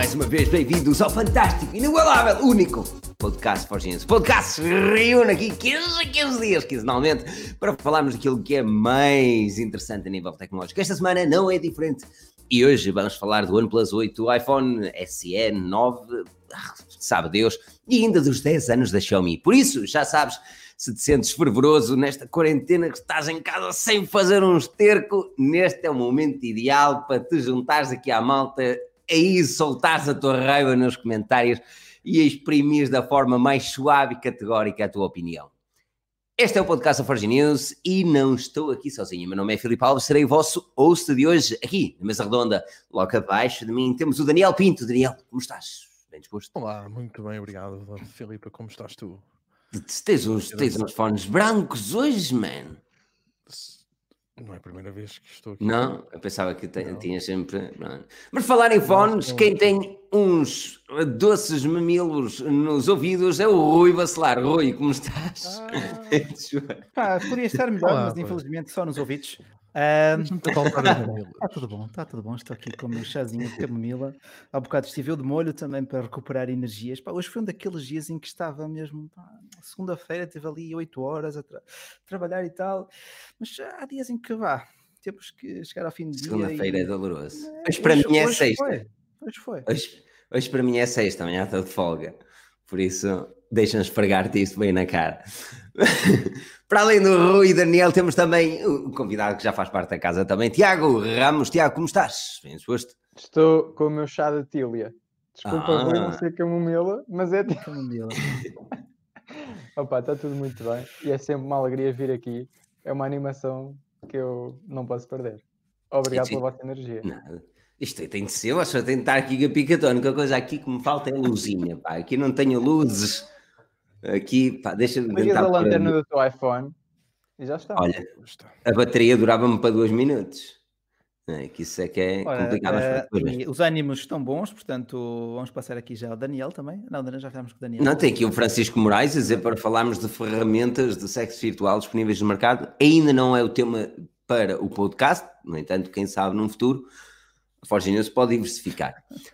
mais uma vez bem-vindos ao fantástico, inigualável, único podcast Forginense. Podcast se reúne aqui 15 dias, quinzenalmente, para falarmos daquilo que é mais interessante a nível tecnológico. Esta semana não é diferente e hoje vamos falar do OnePlus 8, iPhone SE 9, sabe Deus, e ainda dos 10 anos da Xiaomi. Por isso, já sabes, se te sentes fervoroso nesta quarentena que estás em casa sem fazer um esterco, neste é o momento ideal para te juntares aqui à malta, aí soltares a tua raiva nos comentários e exprimires da forma mais suave e categórica a tua opinião. Este é o podcast da Forge News e não estou aqui sozinho. Meu nome é Filipe Alves, serei o vosso host de hoje aqui na mesa redonda. Logo abaixo de mim temos o Daniel Pinto. Daniel, como estás? Bem disposto? Olá, muito bem, obrigado, Filipe. Como estás tu? Tens uns fones brancos hoje, man. Não é a primeira vez que estou aqui. Não, eu pensava que tinha sempre... Não. Mas falar em fones, quem tem uns doces mamilos nos ouvidos é o Rui Bacelar. Rui, como estás? Podia estar melhor, mas infelizmente só nos ouvidos. Está tudo bom. Estou aqui com o meu chazinho de camomila. Há bocado estive eu de molho também para recuperar energias. Hoje foi um daqueles dias em que estava mesmo, segunda-feira, estive ali 8 horas a trabalhar e tal. Mas há dias em que temos que chegar ao fim do dia. Segunda-feira é doloroso. Hoje para mim é sexta. Hoje foi. Hoje para mim é sexta, amanhã estou de folga. Por isso, deixa-nos esfregar-te isto bem na cara. Para além do Rui e Daniel, temos também um convidado que já faz parte da casa também, Tiago Ramos. Tiago, como estás? Bem disposto? Estou com o meu chá de tília. Desculpa, Rui, não sei camomila, mas é camomila. Opa, está tudo muito bem. E é sempre uma alegria vir aqui. É uma animação que eu não posso perder. Obrigado pela vossa energia. Nada. Isto tem de ser, eu só tenho de estar aqui a pica. A única coisa aqui que me falta é luzinha, pá. Aqui não tenho luzes. Aqui, pá, deixa-me tentar... a lanterna do teu iPhone e já está. Olha, a bateria durava-me para 2 minutos. Que isso é que é complicado. Os ânimos estão bons, portanto, vamos passar aqui já ao Daniel também. Não, já estamos com o Daniel. Não, tem aqui o Francisco Moraes a dizer para falarmos de ferramentas de sexo virtual disponíveis no mercado. Ainda não é o tema para o podcast, no entanto, quem sabe num futuro a Forge News pode diversificar.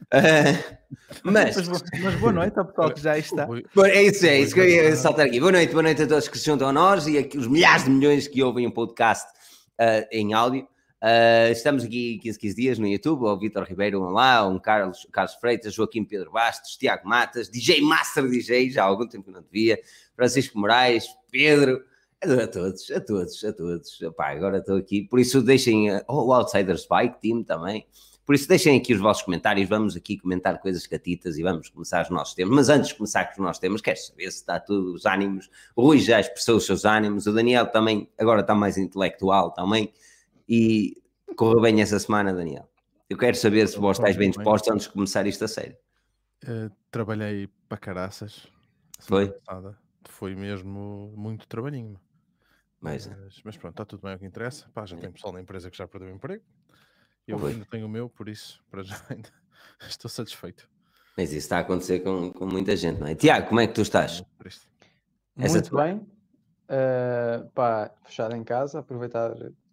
Mas boa noite ao pessoal que já está. É isso que eu ia saltar aqui. Boa noite a todos que se juntam a nós e aqui os milhares de milhões que ouvem o podcast em áudio. Estamos aqui 15 dias no YouTube, o Vítor Ribeiro, um Carlos Freitas, Joaquim Pedro Bastos, Tiago Matas, DJ Master DJ, já há algum tempo que não te via, Francisco Moraes, Pedro, a todos. Epá, agora estou aqui, por isso deixem o Outsiders Bike Team também. Por isso, deixem aqui os vossos comentários, vamos aqui comentar coisas catitas e vamos começar os nossos temas. Mas antes de começar com os nossos temas, quero saber se está tudo os ânimos. O Rui já expressou os seus ânimos, o Daniel também, agora está mais intelectual também. E correu bem essa semana, Daniel. Eu quero saber se vós estáis bem dispostos antes de começar isto a sério. Trabalhei para caraças. Foi? Foi mesmo muito trabalhinho. Mas pronto, está tudo bem, é o que interessa. Já tem pessoal na empresa que já perdeu o emprego. Eu ainda tenho o meu, por isso, para já ainda estou satisfeito. Mas isso está a acontecer com muita gente, não é? Tiago, como é que tu estás? Muito bem. Fechado em casa, aproveitar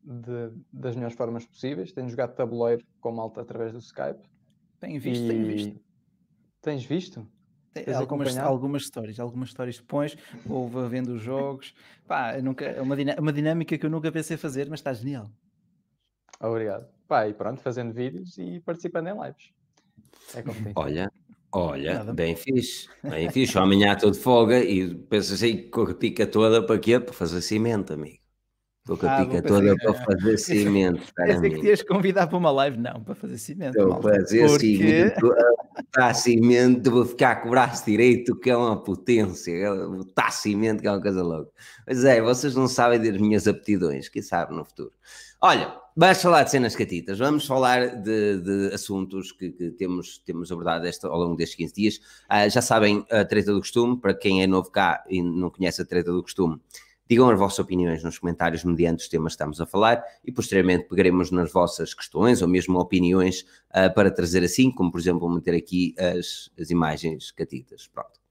das melhores formas possíveis. Tenho jogado tabuleiro com malta através do Skype. Tenho visto. Tens visto? Algumas stories pões, ou vendo os jogos. É uma dinâmica que eu nunca pensei fazer, mas está genial. Obrigado. E pronto, fazendo vídeos e participando em lives. É como tem. Olha, bem fixe. Amanhã estou de folga e penso assim, com a pica toda para quê? Para fazer cimento, amigo. Estou com a pica toda para fazer cimento. Pensei que tinhas convidado para uma live, não, para fazer cimento. Estou a fazer cimento, botar cimento, vou ficar com o braço direito, que é uma potência, botar cimento, que é uma coisa louca. Mas vocês não sabem das minhas aptidões, quem sabe no futuro. Olha, vamos falar de cenas catitas, vamos falar de assuntos que temos abordado ao longo destes 15 dias. Já sabem a treta do costume, para quem é novo cá e não conhece a treta do costume, digam as vossas opiniões nos comentários mediante os temas que estamos a falar e posteriormente pegaremos nas vossas questões ou mesmo opiniões para trazer assim, como por exemplo meter aqui as imagens catitas. Pronto.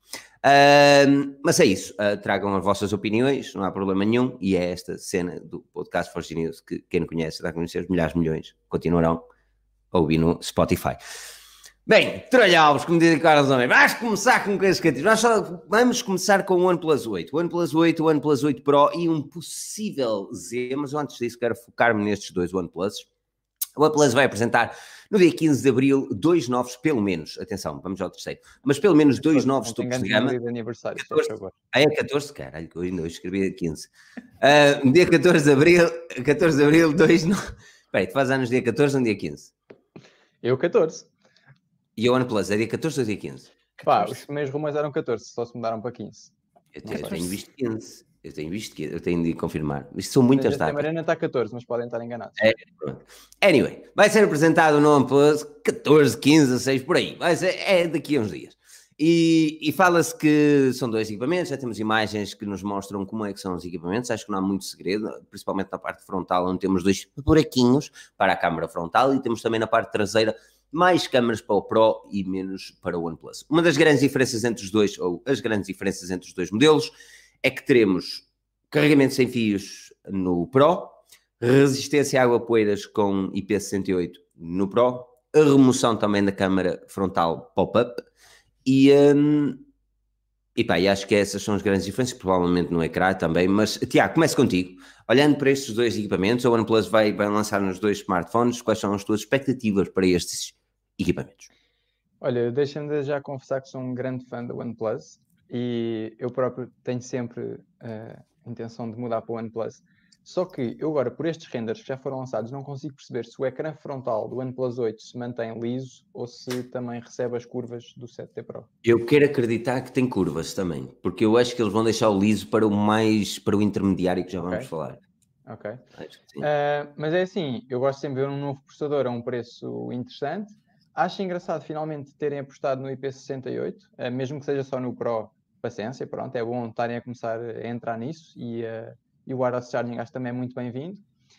Mas é isso, tragam as vossas opiniões, não há problema nenhum, e é esta cena do podcast Forge News que quem não conhece, dá a conhecer os milhares de milhões, continuarão a ouvir no Spotify. Bem, tralhaus, como dizem Carlos Homem, vamos começar com coisas criativas. Vamos começar com o OnePlus 8. O OnePlus 8, o OnePlus 8 Pro e um possível Z, mas antes disso quero focar-me nestes dois OnePlus. O OnePlus vai apresentar no dia 15 de Abril 2 novos, pelo menos, atenção, vamos ao terceiro, mas pelo menos 2 novos topos de gama. De aniversário, 14, é 14? Caralho, eu ainda escrevi 15. No dia 14 de Abril, 2 novos... Espera aí, tu fazes anos dia 14 ou dia 15? Eu 14. E o OnePlus é dia 14 ou dia 15? Pá, os primeiros rumores eram 14, só se mudaram para 15. Eu tenho visto 15. Eu tenho de confirmar. Isto são muitas datas. A Mariana está 14, mas podem estar enganados. Pronto. Anyway, vai ser apresentado no OnePlus 14, 15, 16, por aí. É daqui a uns dias. E fala-se que são dois equipamentos, já temos imagens que nos mostram como é que são os equipamentos, acho que não há muito segredo, principalmente na parte frontal, onde temos 2 buraquinhos para a câmara frontal e temos também na parte traseira mais câmaras para o Pro e menos para o OnePlus. Uma das grandes diferenças entre os dois, ou as grandes diferenças entre os dois modelos, é que teremos carregamento sem fios no Pro, resistência a água-poeiras com IP68 no Pro, a remoção também da câmara frontal pop-up e acho que essas são as grandes diferenças, provavelmente no ecrã também, mas Tiago, começo contigo. Olhando para estes dois equipamentos, a OnePlus vai lançar nos dois smartphones, quais são as tuas expectativas para estes equipamentos? Olha, deixa-me já confessar que sou um grande fã da OnePlus e eu próprio tenho sempre a intenção de mudar para o OnePlus. Só que eu agora, por estes renders que já foram lançados, não consigo perceber se o ecrã frontal do OnePlus 8 se mantém liso ou se também recebe as curvas do 7T Pro. Eu quero acreditar que tem curvas também, porque eu acho que eles vão deixar o liso para o intermediário que já vamos falar. Ok. Mas é assim, eu gosto sempre de ver um novo processador a um preço interessante. Acho engraçado finalmente terem apostado no IP68, mesmo que seja só no Pro, paciência, pronto, é bom estarem a começar a entrar nisso e o wireless charging acho que também é muito bem-vindo.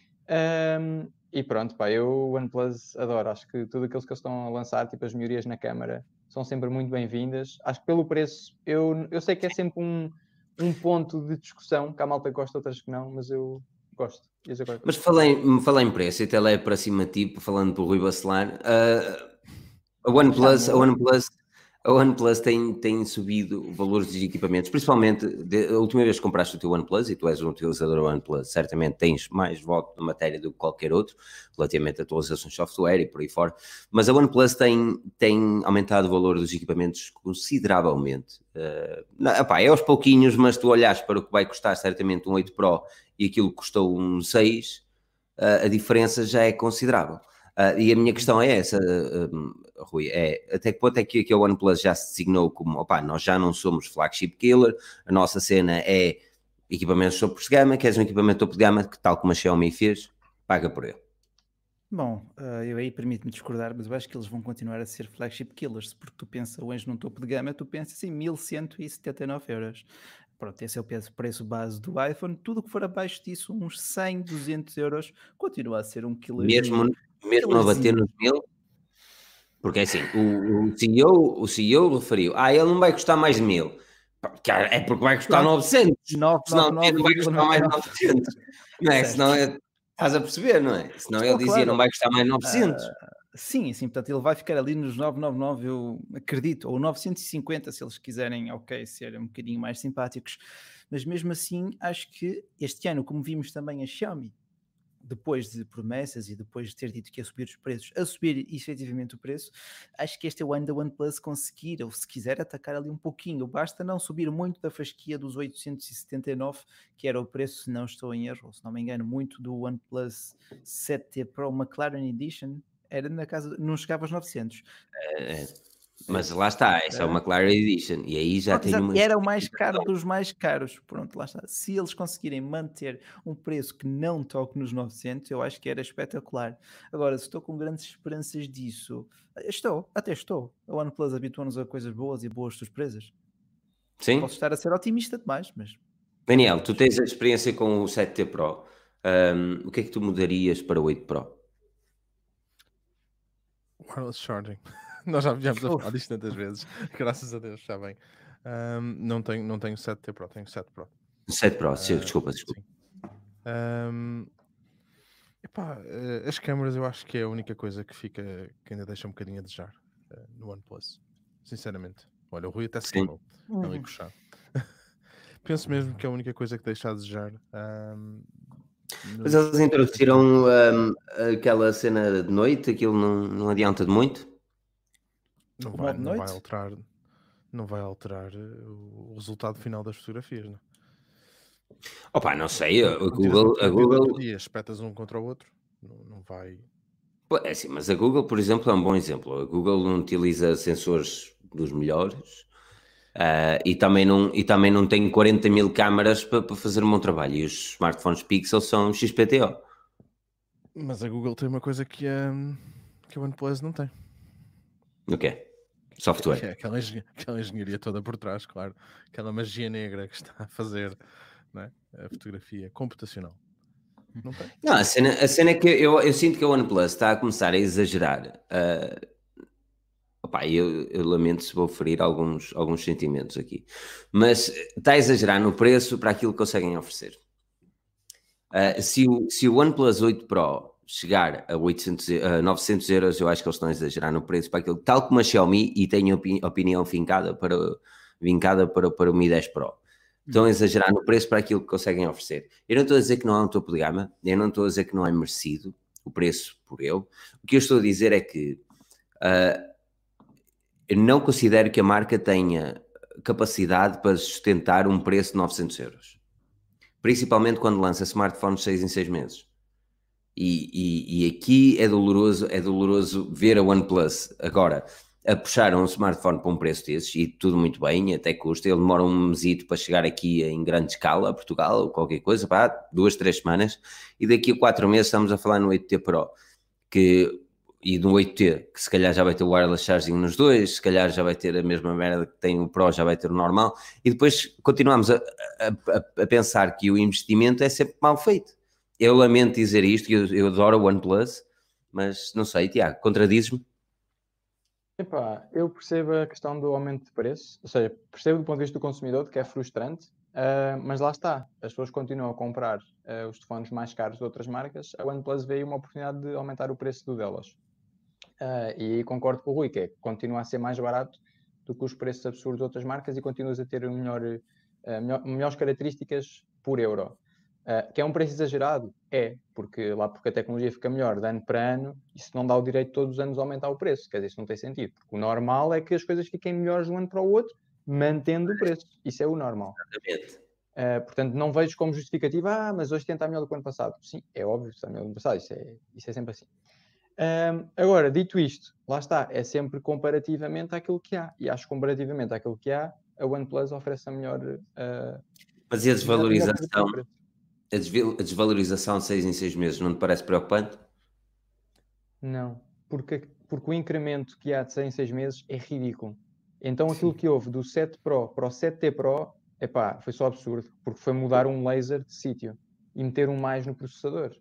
E pronto, pá, eu o OnePlus adoro, acho que tudo aquilo que eles estão a lançar, tipo as melhorias na câmara, são sempre muito bem-vindas. Acho que pelo preço, eu sei que é sempre um ponto de discussão, que há malta que gosta, outras que não, mas eu gosto. Mas falei em preço, e até lá é para cima de ti, falando para o Rui Bacelar, a OnePlus tem subido valores dos equipamentos, principalmente a última vez que compraste o teu OnePlus, e tu és um utilizador do OnePlus, certamente tens mais voto na matéria do que qualquer outro, relativamente a atualizações de software e por aí fora, mas a OnePlus tem aumentado o valor dos equipamentos consideravelmente. É aos pouquinhos, mas tu olhas para o que vai custar certamente um 8 Pro e aquilo que custou um 6, a diferença já é considerável. E a minha questão é essa, Rui, até que ponto é que a OnePlus já se designou como, nós já não somos flagship killer, a nossa cena é equipamentos topo de gama, queres um equipamento topo de gama que, tal como a Xiaomi fez, paga por ele. Bom, eu aí permito-me discordar, mas eu acho que eles vão continuar a ser flagship killers, porque tu pensas hoje num topo de gama, tu pensas em 1.179€. Pronto, esse é o preço base do iPhone. Tudo o que for abaixo disso, uns 100, 200€, continua a ser um killer. Mesmo a bater nos 1.000? Porque é assim, o CEO referiu, ele não vai custar mais de 1.000. É porque vai custar 900. Senão não vai custar mais 900. Não é? Senão estás a perceber, não é? Senão ele dizia, não vai custar mais 900. Sim, portanto ele vai ficar ali nos 999, eu acredito, ou 950 se eles quiserem, ser um bocadinho mais simpáticos, mas mesmo assim acho que este ano, como vimos também a Xiaomi, depois de promessas e depois de ter dito que ia subir os preços, a subir efetivamente o preço, acho que este é o ano da OnePlus conseguir, ou se quiser atacar ali um pouquinho, basta não subir muito da fasquia dos 879, que era o preço, se não estou em erro, ou se não me engano, muito do OnePlus 7T Pro McLaren Edition, era na casa, não chegava aos 900. Mas lá está, essa é uma McLaren Edition e aí já tem uma... Era o mais caro dos mais caros, pronto, lá está. Se eles conseguirem manter um preço que não toque nos 900, eu acho que era espetacular. Agora, se estou com grandes esperanças disso, até estou. A OnePlus habitua-nos a coisas boas e boas surpresas. Sim. Posso estar a ser otimista demais, mas... Daniel, tu tens a experiência com o 7T Pro. O que é que tu mudarias para o 8 Pro? Wireless charging. Nós já viemos a falar disto tantas vezes. Graças a Deus, já bem. Não tenho 7T Pro, tenho 7 Pro. 7 Pro, desculpa. As câmaras eu acho que é a única coisa que ainda deixa um bocadinho a desejar. no OnePlus. Sinceramente. Olha, o Rui até se queimou. Ali puxado. Penso mesmo que é a única coisa que deixa a desejar. Mas eles introduziram aquela cena de noite, aquilo não adianta de muito. Não vai alterar o resultado final das fotografias, não? Opa, não sei, a Google... espetas um contra o outro, não vai... É assim, mas a Google, por exemplo, é um bom exemplo. A Google não utiliza sensores dos melhores e também não tem 40 mil câmaras para fazer um bom trabalho. E os smartphones Pixel são XPTO. Mas a Google tem uma coisa que a OnePlus não tem. O quê? Software. Que é aquela engenharia toda por trás, claro. Aquela magia negra que está a fazer, não é? A fotografia computacional. Não tem. Não, a cena é que eu sinto que a OnePlus está a começar a exagerar. Opa, eu lamento se vou ferir alguns sentimentos aqui. Mas está a exagerar no preço para aquilo que conseguem oferecer. Se o OnePlus 8 Pro chegar a 900 euros, eu acho que eles estão a exagerar no preço para aquilo, tal como a Xiaomi, e tenho opinião vincada para o Mi 10 Pro. Estão a exagerar no preço para aquilo que conseguem oferecer. Eu não estou a dizer que não é um topo de gama, eu não estou a dizer que não é merecido o preço por ele. O que eu estou a dizer é que eu não considero que a marca tenha capacidade para sustentar um preço de 900 euros. Principalmente quando lança smartphones 6 em 6 meses. E aqui é doloroso ver a OnePlus agora a puxar um smartphone para um preço desses, e tudo muito bem, até custa. Ele demora um mesito para chegar aqui em grande escala a Portugal, ou qualquer coisa, 2, 3 semanas, e daqui a 4 meses estamos a falar no 8T Pro, e no 8T, que se calhar já vai ter o wireless charging nos dois, se calhar já vai ter a mesma merda que tem o Pro, já vai ter o normal, e depois continuamos a pensar que o investimento é sempre mal feito. Eu lamento dizer isto, eu adoro o OnePlus, mas não sei, Tiago, contradiz-me? Epá, eu percebo a questão do aumento de preço, ou seja, percebo do ponto de vista do consumidor que é frustrante, mas lá está, as pessoas continuam a comprar os telefones mais caros de outras marcas. A OnePlus veio uma oportunidade de aumentar o preço do delas. E concordo com o Rui, que continua a ser mais barato do que os preços absurdos de outras marcas, e continuas a ter melhores características por euro. Que é um preço exagerado? Porque a tecnologia fica melhor de ano para ano, isso não dá o direito de todos os anos aumentar o preço, quer dizer, isso não tem sentido, porque o normal é que as coisas fiquem melhores de um ano para o outro, mantendo o preço, isso é o normal. Exatamente. Portanto, não vejo como justificativa, mas hoje está melhor do que o ano passado. Sim, é óbvio que está melhor do que o ano passado, isso é sempre assim. Agora, dito isto, lá está, é sempre comparativamente àquilo que há, e acho que comparativamente àquilo que há, a OnePlus oferece a melhor... Mas e a desvalorização? A desvalorização de 6 em 6 meses não te parece preocupante? Não, porque o incremento que há de 6 em 6 meses é ridículo. Então aquilo que houve do 7 Pro para o 7T Pro, foi só absurdo, porque foi mudar um laser de sítio e meter um mais no processador.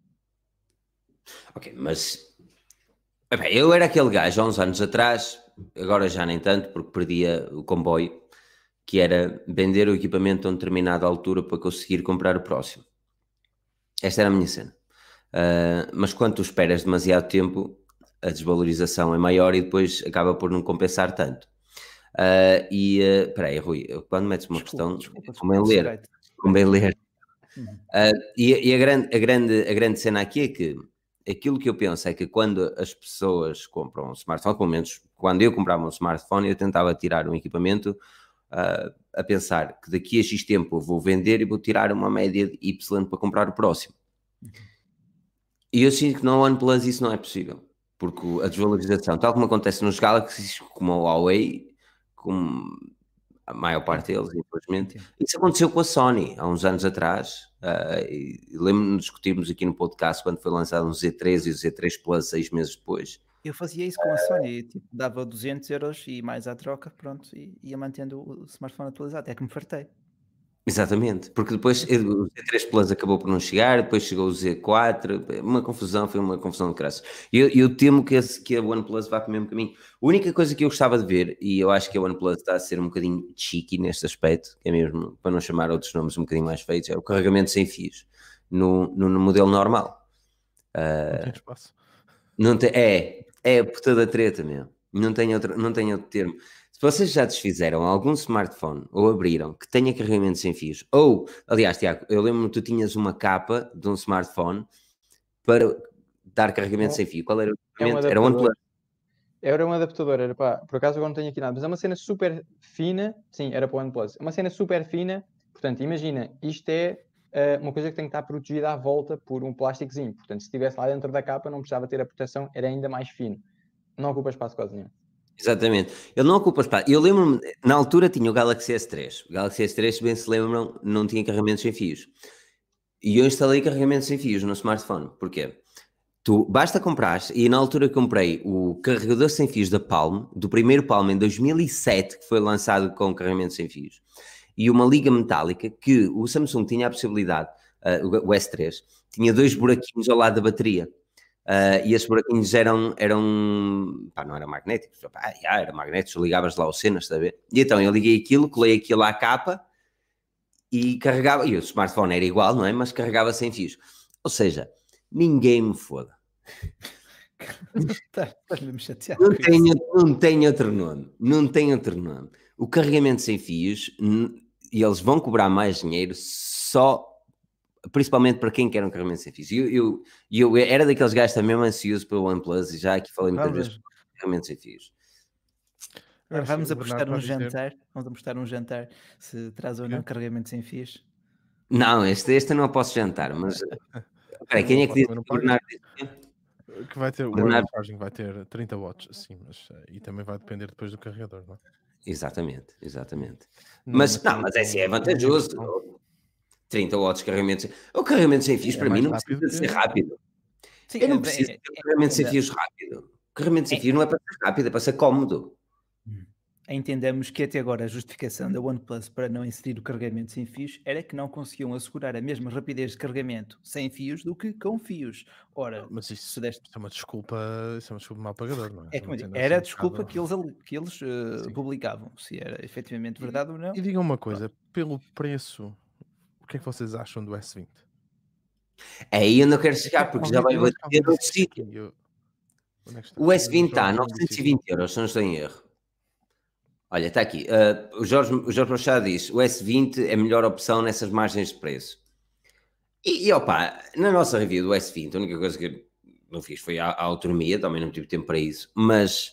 Ok, mas eu era aquele gajo há uns anos atrás, agora já nem tanto, porque perdia o comboio, que era vender o equipamento a uma determinada altura para conseguir comprar o próximo. Esta era a minha cena. Mas quando tu esperas demasiado tempo, a desvalorização é maior e depois acaba por não compensar tanto. Espera aí, Rui, quando metes uma questão, convém ler. E a grande cena aqui é que aquilo que eu penso é que quando as pessoas compram um smartphone, pelo menos quando eu comprava um smartphone, eu tentava tirar um equipamento a pensar que daqui a X tempo eu vou vender e vou tirar uma média de Y para comprar o próximo. E eu sinto que no OnePlus isso não é possível, porque a desvalorização, tal como acontece nos Galaxies, como a Huawei, como a maior parte deles, infelizmente, isso aconteceu com a Sony há uns anos atrás. Lembro-me de discutirmos aqui no podcast quando foi lançado um Z3 e o Z3 Plus 6 meses depois. Eu fazia isso com a Sony, dava 200 euros e mais à troca, pronto, e ia mantendo o smartphone atualizado, até que me fartei. Exatamente, porque depois o Z3 Plus acabou por não chegar, depois chegou o Z4, foi uma confusão de graças. Eu temo que a OnePlus vá para o mesmo caminho. A única coisa que eu gostava de ver, e eu acho que a OnePlus está a ser um bocadinho cheeky neste aspecto, que é mesmo, para não chamar outros nomes um bocadinho mais feitos, é o carregamento sem fios, no modelo normal. Não tem espaço. Não tem, é por toda a treta mesmo. Não tem outro termo. Se vocês já desfizeram algum smartphone ou abriram que tenha carregamento sem fios, ou, aliás, Tiago, eu lembro-me que tu tinhas uma capa de um smartphone para dar carregamento sem fio. Qual era o equipamento? Era o OnePlus. Era um adaptador, era pá, por acaso agora não tenho aqui nada, mas é uma cena super fina, sim, era para o OnePlus, é uma cena super fina, portanto, imagina, isto é uma coisa que tem que estar protegida à volta por um plásticozinho, portanto, se estivesse lá dentro da capa não precisava ter a proteção, era ainda mais fino, não ocupa espaço quase nenhum. Exatamente, ele não ocupa espaço. Eu lembro-me, na altura tinha o Galaxy S3, o Galaxy S3, se bem se lembram, não tinha carregamento sem fios, e eu instalei carregamento sem fios no smartphone, porquê? Tu basta comprar, e na altura comprei o carregador sem fios da Palm, do primeiro Palm em 2007, que foi lançado com carregamento sem fios, e uma liga metálica que o Samsung tinha a possibilidade, o S3, tinha 2 buraquinhos ao lado da bateria, e esses buraquinhos eram pá, não eram magnéticos, pá, era magnéticos, ligavas lá ao cenas, está a ver? E então eu liguei aquilo, colei aquilo à capa, e carregava, e o smartphone era igual, não é? Mas carregava sem fios. Ou seja, ninguém me foda. Estás-me chateado. Não tem outro nome. O carregamento sem fios, e eles vão cobrar mais dinheiro só, principalmente para quem quer um carregamento sem fios. Eu era daqueles gajos também ansioso pelo OnePlus, e já aqui falei muitas vezes do carregamento sem fios. Agora vamos apostar um jantar. Vamos apostar um jantar se traz ou não carregamento sem fios. Não, este eu não posso jantar, mas peraí, quem é que disse que o Bernardo disse? Que vai ter o wireless charging, vai ter 30 watts, sim, mas e também vai depender depois do carregador, não é? Exatamente. Mas é assim, é vantajoso. 30 watts de carregamento. O carregamento sem fios, para mim, não precisa de ser rápido. Sim, eu não preciso de carregamento sem fios rápido. O carregamento sem fios não é para ser rápido, é para ser cómodo. Entendemos que até agora a justificação da OnePlus para não inserir o carregamento sem fios era que não conseguiam assegurar a mesma rapidez de carregamento sem fios do que com fios. Ora, mas isso é uma desculpa mal pagador, não é? É como era a desculpa que eles publicavam, se era efetivamente verdade ou não. E digam uma coisa, pelo preço, o que é que vocês acham do S20? Aí eu não quero chegar, porque já vai bater outro sítio. O S20 está a 920 euros, se não estou em erro. Olha, está aqui. O Jorge Machado diz: o S20 é a melhor opção nessas margens de preço. E opa, na nossa review do S20, a única coisa que eu não fiz foi a autonomia, também não tive tempo para isso, mas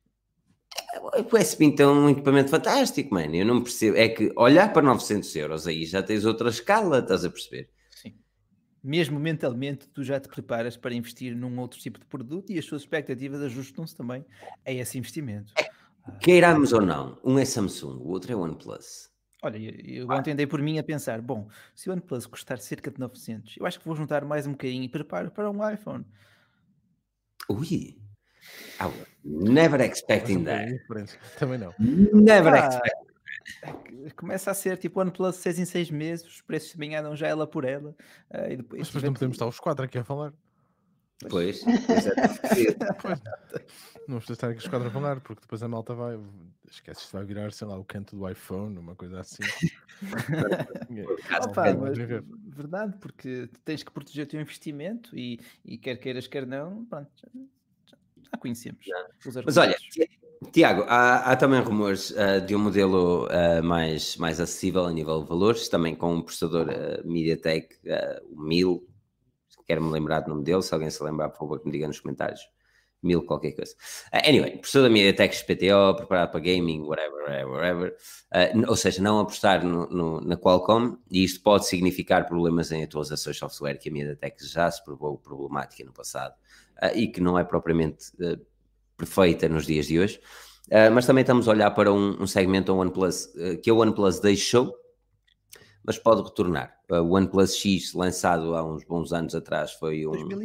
o S20 é um equipamento fantástico, mano. Eu não percebo. É que olhar para 900 euros aí já tens outra escala, estás a perceber? Sim. Mesmo mentalmente, tu já te preparas para investir num outro tipo de produto e as suas expectativas ajustam-se também a esse investimento. Queiramos ou não, um é Samsung, o outro é OnePlus. Olha, eu ontem dei por mim a pensar, bom, se o OnePlus custar cerca de 900, eu acho que vou juntar mais um bocadinho e preparo para um iPhone. Ui, never expecting that. Também não. Never expecting. Começa a ser tipo OnePlus 6 em 6 meses, os preços também andam já ela por ela. E depois, mas depois não podemos estar os 4 aqui a falar. Pois. Não precisa estar aqui os 4 a falar, porque depois a malta esquece que vai virar, sei lá, o canto do iPhone, uma coisa assim. Verdade, porque tens que proteger o teu investimento e quer queiras, quer não, pronto, já conhecemos. Mas olha, Tiago, há também rumores de um modelo mais acessível a nível de valores, também com um processador MediaTek, o 1000. Quero-me lembrar do nome dele, se alguém se lembrar, por favor, que me diga nos comentários. 1000 qualquer coisa. Anyway, processador da MediaTek XPTO, preparado para gaming, whatever. Ou seja, não apostar na Qualcomm, e isto pode significar problemas em atualizações de software, que a MediaTek já se provou problemática no passado, e que não é propriamente perfeita nos dias de hoje. Mas também estamos a olhar para um segmento OnePlus, que a OnePlus deixou, mas pode retornar. O OnePlus X, lançado há uns bons anos atrás, foi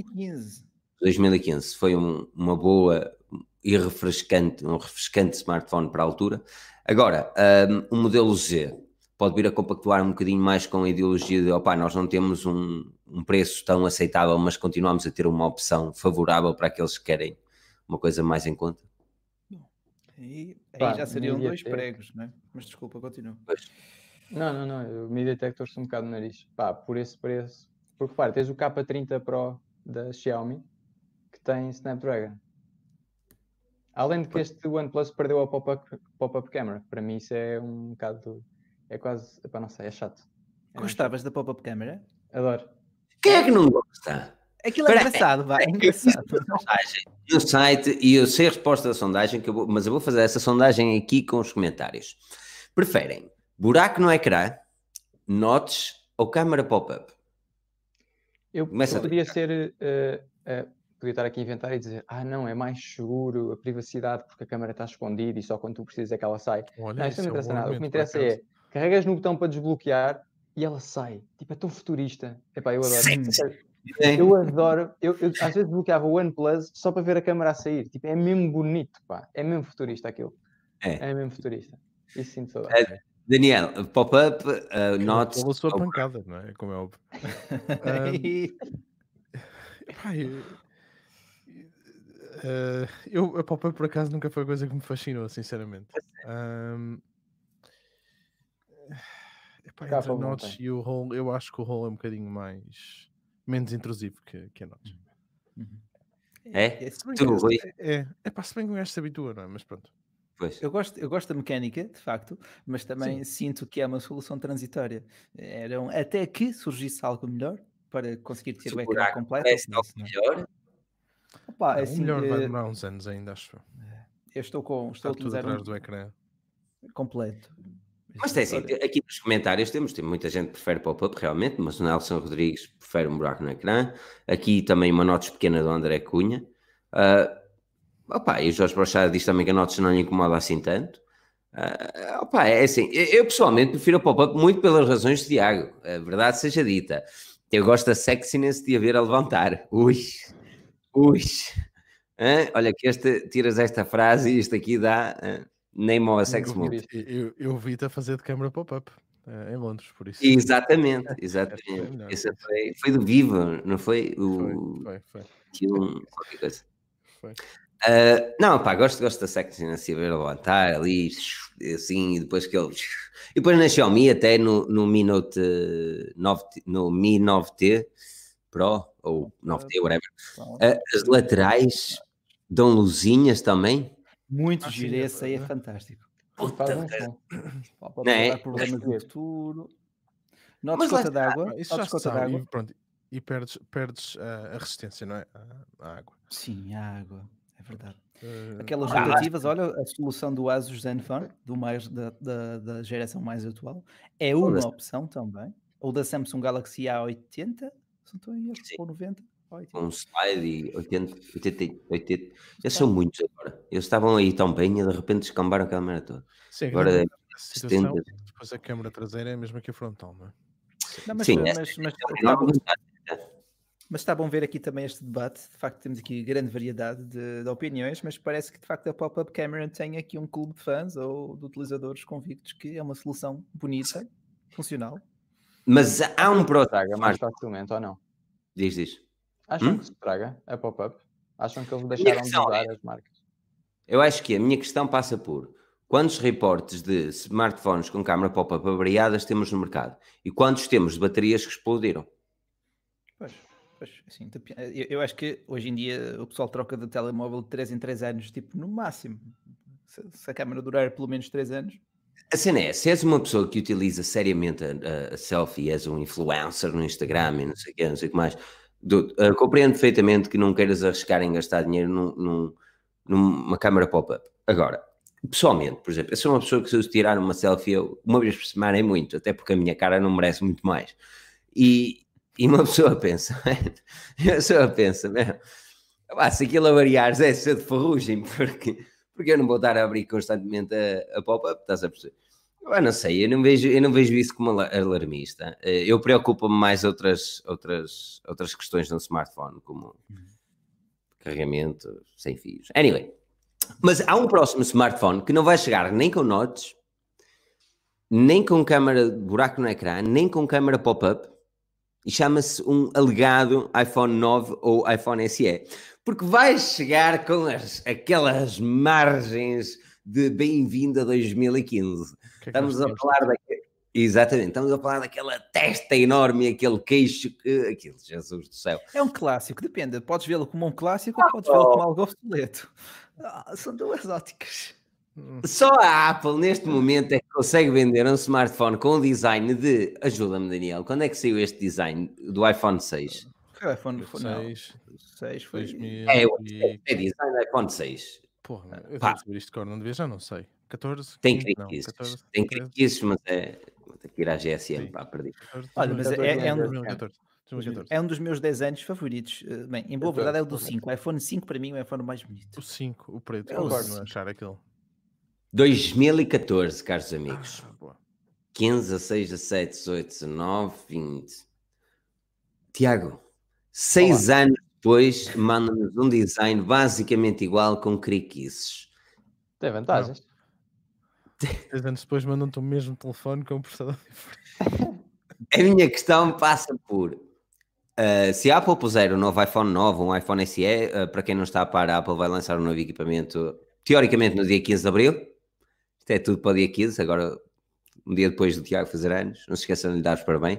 2015 foi uma boa e um refrescante smartphone para a altura. Agora, o modelo Z pode vir a compactuar um bocadinho mais com a ideologia de nós não temos um preço tão aceitável, mas continuamos a ter uma opção favorável para aqueles que querem uma coisa mais em conta. Aí já seriam dois pregos, não é? Mas desculpa, continua. Não, o MediaTek torce um bocado no nariz. Por esse preço. Porque, tens o K30 Pro da Xiaomi, que tem Snapdragon. Além de que este OnePlus perdeu a pop-up camera. Para mim isso é um bocado... É quase... Epá, não sei, é chato. Gostavas da pop-up camera? Adoro. Quem é que não gosta? Aquilo é engraçado, vai. É engraçado. No site, e eu sei a resposta da sondagem, mas eu vou fazer essa sondagem aqui com os comentários. Preferem buraco no ecrã, notch ou câmara pop-up? Eu podia ser... podia estar aqui a inventar e dizer não, é mais seguro a privacidade porque a câmera está escondida e só quando tu precisas é que ela sai. Olha, não, isso não me interessa nada. O que me interessa é carregas no botão para desbloquear e ela sai. Tipo, é tão futurista. Epá, eu adoro. Eu adoro. Eu às vezes desbloqueava o OnePlus só para ver a câmera a sair. Tipo, é mesmo bonito, pá. É mesmo futurista aquilo. É mesmo futurista. Isso sinto saudade. Daniel, pop-up, notch... Pela sua pancada, não é? Como é óbvio. A pop-up por acaso nunca foi a coisa que me fascinou, sinceramente. Entre o notch e o roll, eu acho que o roll é um bocadinho menos intrusivo que a notch. Se bem que o gajo se habitua, não é? Mas pronto. Pois. Eu gosto da mecânica, de facto, mas também sinto que é uma solução transitória. Até que surgisse algo melhor para conseguir ter o ecrã completo. Melhor? Opa, o melhor vai demorar uns anos ainda, acho. Eu estou a utilizar tudo atrás do ecrã completo. Mas tem assim, aqui nos comentários tem muita gente que prefere pop-up realmente, mas o Nelson Rodrigues prefere um buraco no ecrã. Aqui também uma notch pequena do André Cunha. E o Jorge Brochado diz também que a notch não lhe incomoda assim tanto. É assim, eu pessoalmente prefiro a pop-up muito pelas razões de Tiago, a verdade seja dita. Eu gosto da sexiness de a ver a levantar. Ui. Olha que tiras esta frase e isto aqui dá name of a sex move. Eu vi-te a fazer de câmara pop-up em Londres, por isso. Exatamente. Esse foi do Vivo, não foi? Foi. Qualquer coisa. Foi. Gosto da sexiness de a ver a levantar ali, assim, e depois que ele... E depois na Xiaomi, até no Mi Note 9, no Mi 9T Pro, ou 9T, whatever, as laterais dão luzinhas também. Muito giro, esse aí é fantástico. Puta, pode dar problemas no futuro. Notas gota d'água. Isso já se sabe, e perdes a resistência, não é? A água. Sim, a água, é verdade. Aquelas rotativas, olha, a solução do Asus Zenfone, da geração mais atual, é uma opção também. Ou da Samsung Galaxy A80, se não estou em erro, ou 90. Um slide e 80. Já são muitos agora. Eles estavam aí tão bem e de repente descambaram a câmera toda. Sim, agora depois a câmera traseira é a mesma que a frontal, não é? Mas está bom ver aqui também este debate. De facto, temos aqui grande variedade de opiniões, mas parece que de facto a pop-up camera tem aqui um clube de fãs ou de utilizadores convictos que é uma solução bonita, funcional. Mas há um próximo mais facilmente ou não? Diz. Acham que se estraga a pop-up? Acham que eles deixaram de usar as marcas? Eu acho que a minha questão passa por quantos reportes de smartphones com câmara pop-up avariadas temos no mercado e quantos temos de baterias que explodiram? Pois assim, eu acho que hoje em dia o pessoal troca de telemóvel de 3 em 3 anos, tipo, no máximo. Se a câmera durar pelo menos 3 anos. A cena é, se és uma pessoa que utiliza seriamente a selfie, és um influencer no Instagram e não sei o que mais, compreendo perfeitamente que não queiras arriscar em gastar dinheiro numa câmera pop-up. Agora, pessoalmente, por exemplo, eu sou uma pessoa que se eu tirar uma selfie uma vez por semana é muito, até porque a minha cara não merece muito mais. E uma pessoa pensa, se aquilo avariares é ser de ferrugem, porque eu não vou estar a abrir constantemente a pop-up, estás a perceber? Eu não sei, eu não vejo isso como alarmista. Eu preocupo-me mais outras questões no smartphone, como carregamento sem fios. Anyway, mas há um próximo smartphone que não vai chegar nem com notch, nem com câmara de buraco no ecrã, nem com câmara pop-up, e chama-se um alegado iPhone 9 ou iPhone SE, porque vai chegar com aquelas margens de bem-vindo a 2015. Estamos a falar Exatamente, estamos a falar daquela testa enorme, aquele queixo, aquilo, Jesus do céu. É um clássico, depende. Podes vê-lo como um clássico ou podes vê-lo como algo obsoleto. São duas óticas. Só a Apple neste momento é que consegue vender um smartphone com o design de... Ajuda-me, Daniel, quando é que saiu este design do iPhone 6? O iPhone 6 foi... É design do iPhone 6. Porra, eu devo saber isto de cor, não devia, já não sei. 14? Tem criques, mas é... Vou ter que ir à GSM, pá, perdi. Olha, mas é um dos meus desenhos favoritos. Bem, em boa verdade é o do 5. O iPhone 5 para mim é o iPhone mais bonito. O 5, o preto. Eu gosto de achar aquele. 2014, caros amigos. 15, 16, 17, 18, 19, 20. Tiago, 6 anos depois, manda-nos um design basicamente igual com criquices. Tem vantagens. 6 anos depois mandam-te o mesmo telefone com um processador diferente. A minha questão passa por... se a Apple puser um novo iPhone 9, um iPhone SE, para quem não está a par, a Apple vai lançar um novo equipamento, teoricamente no dia 15 de Abril. Isto é tudo para o dia 15, agora um dia depois do Tiago fazer anos. Não se esqueçam de lhe dar os parabéns.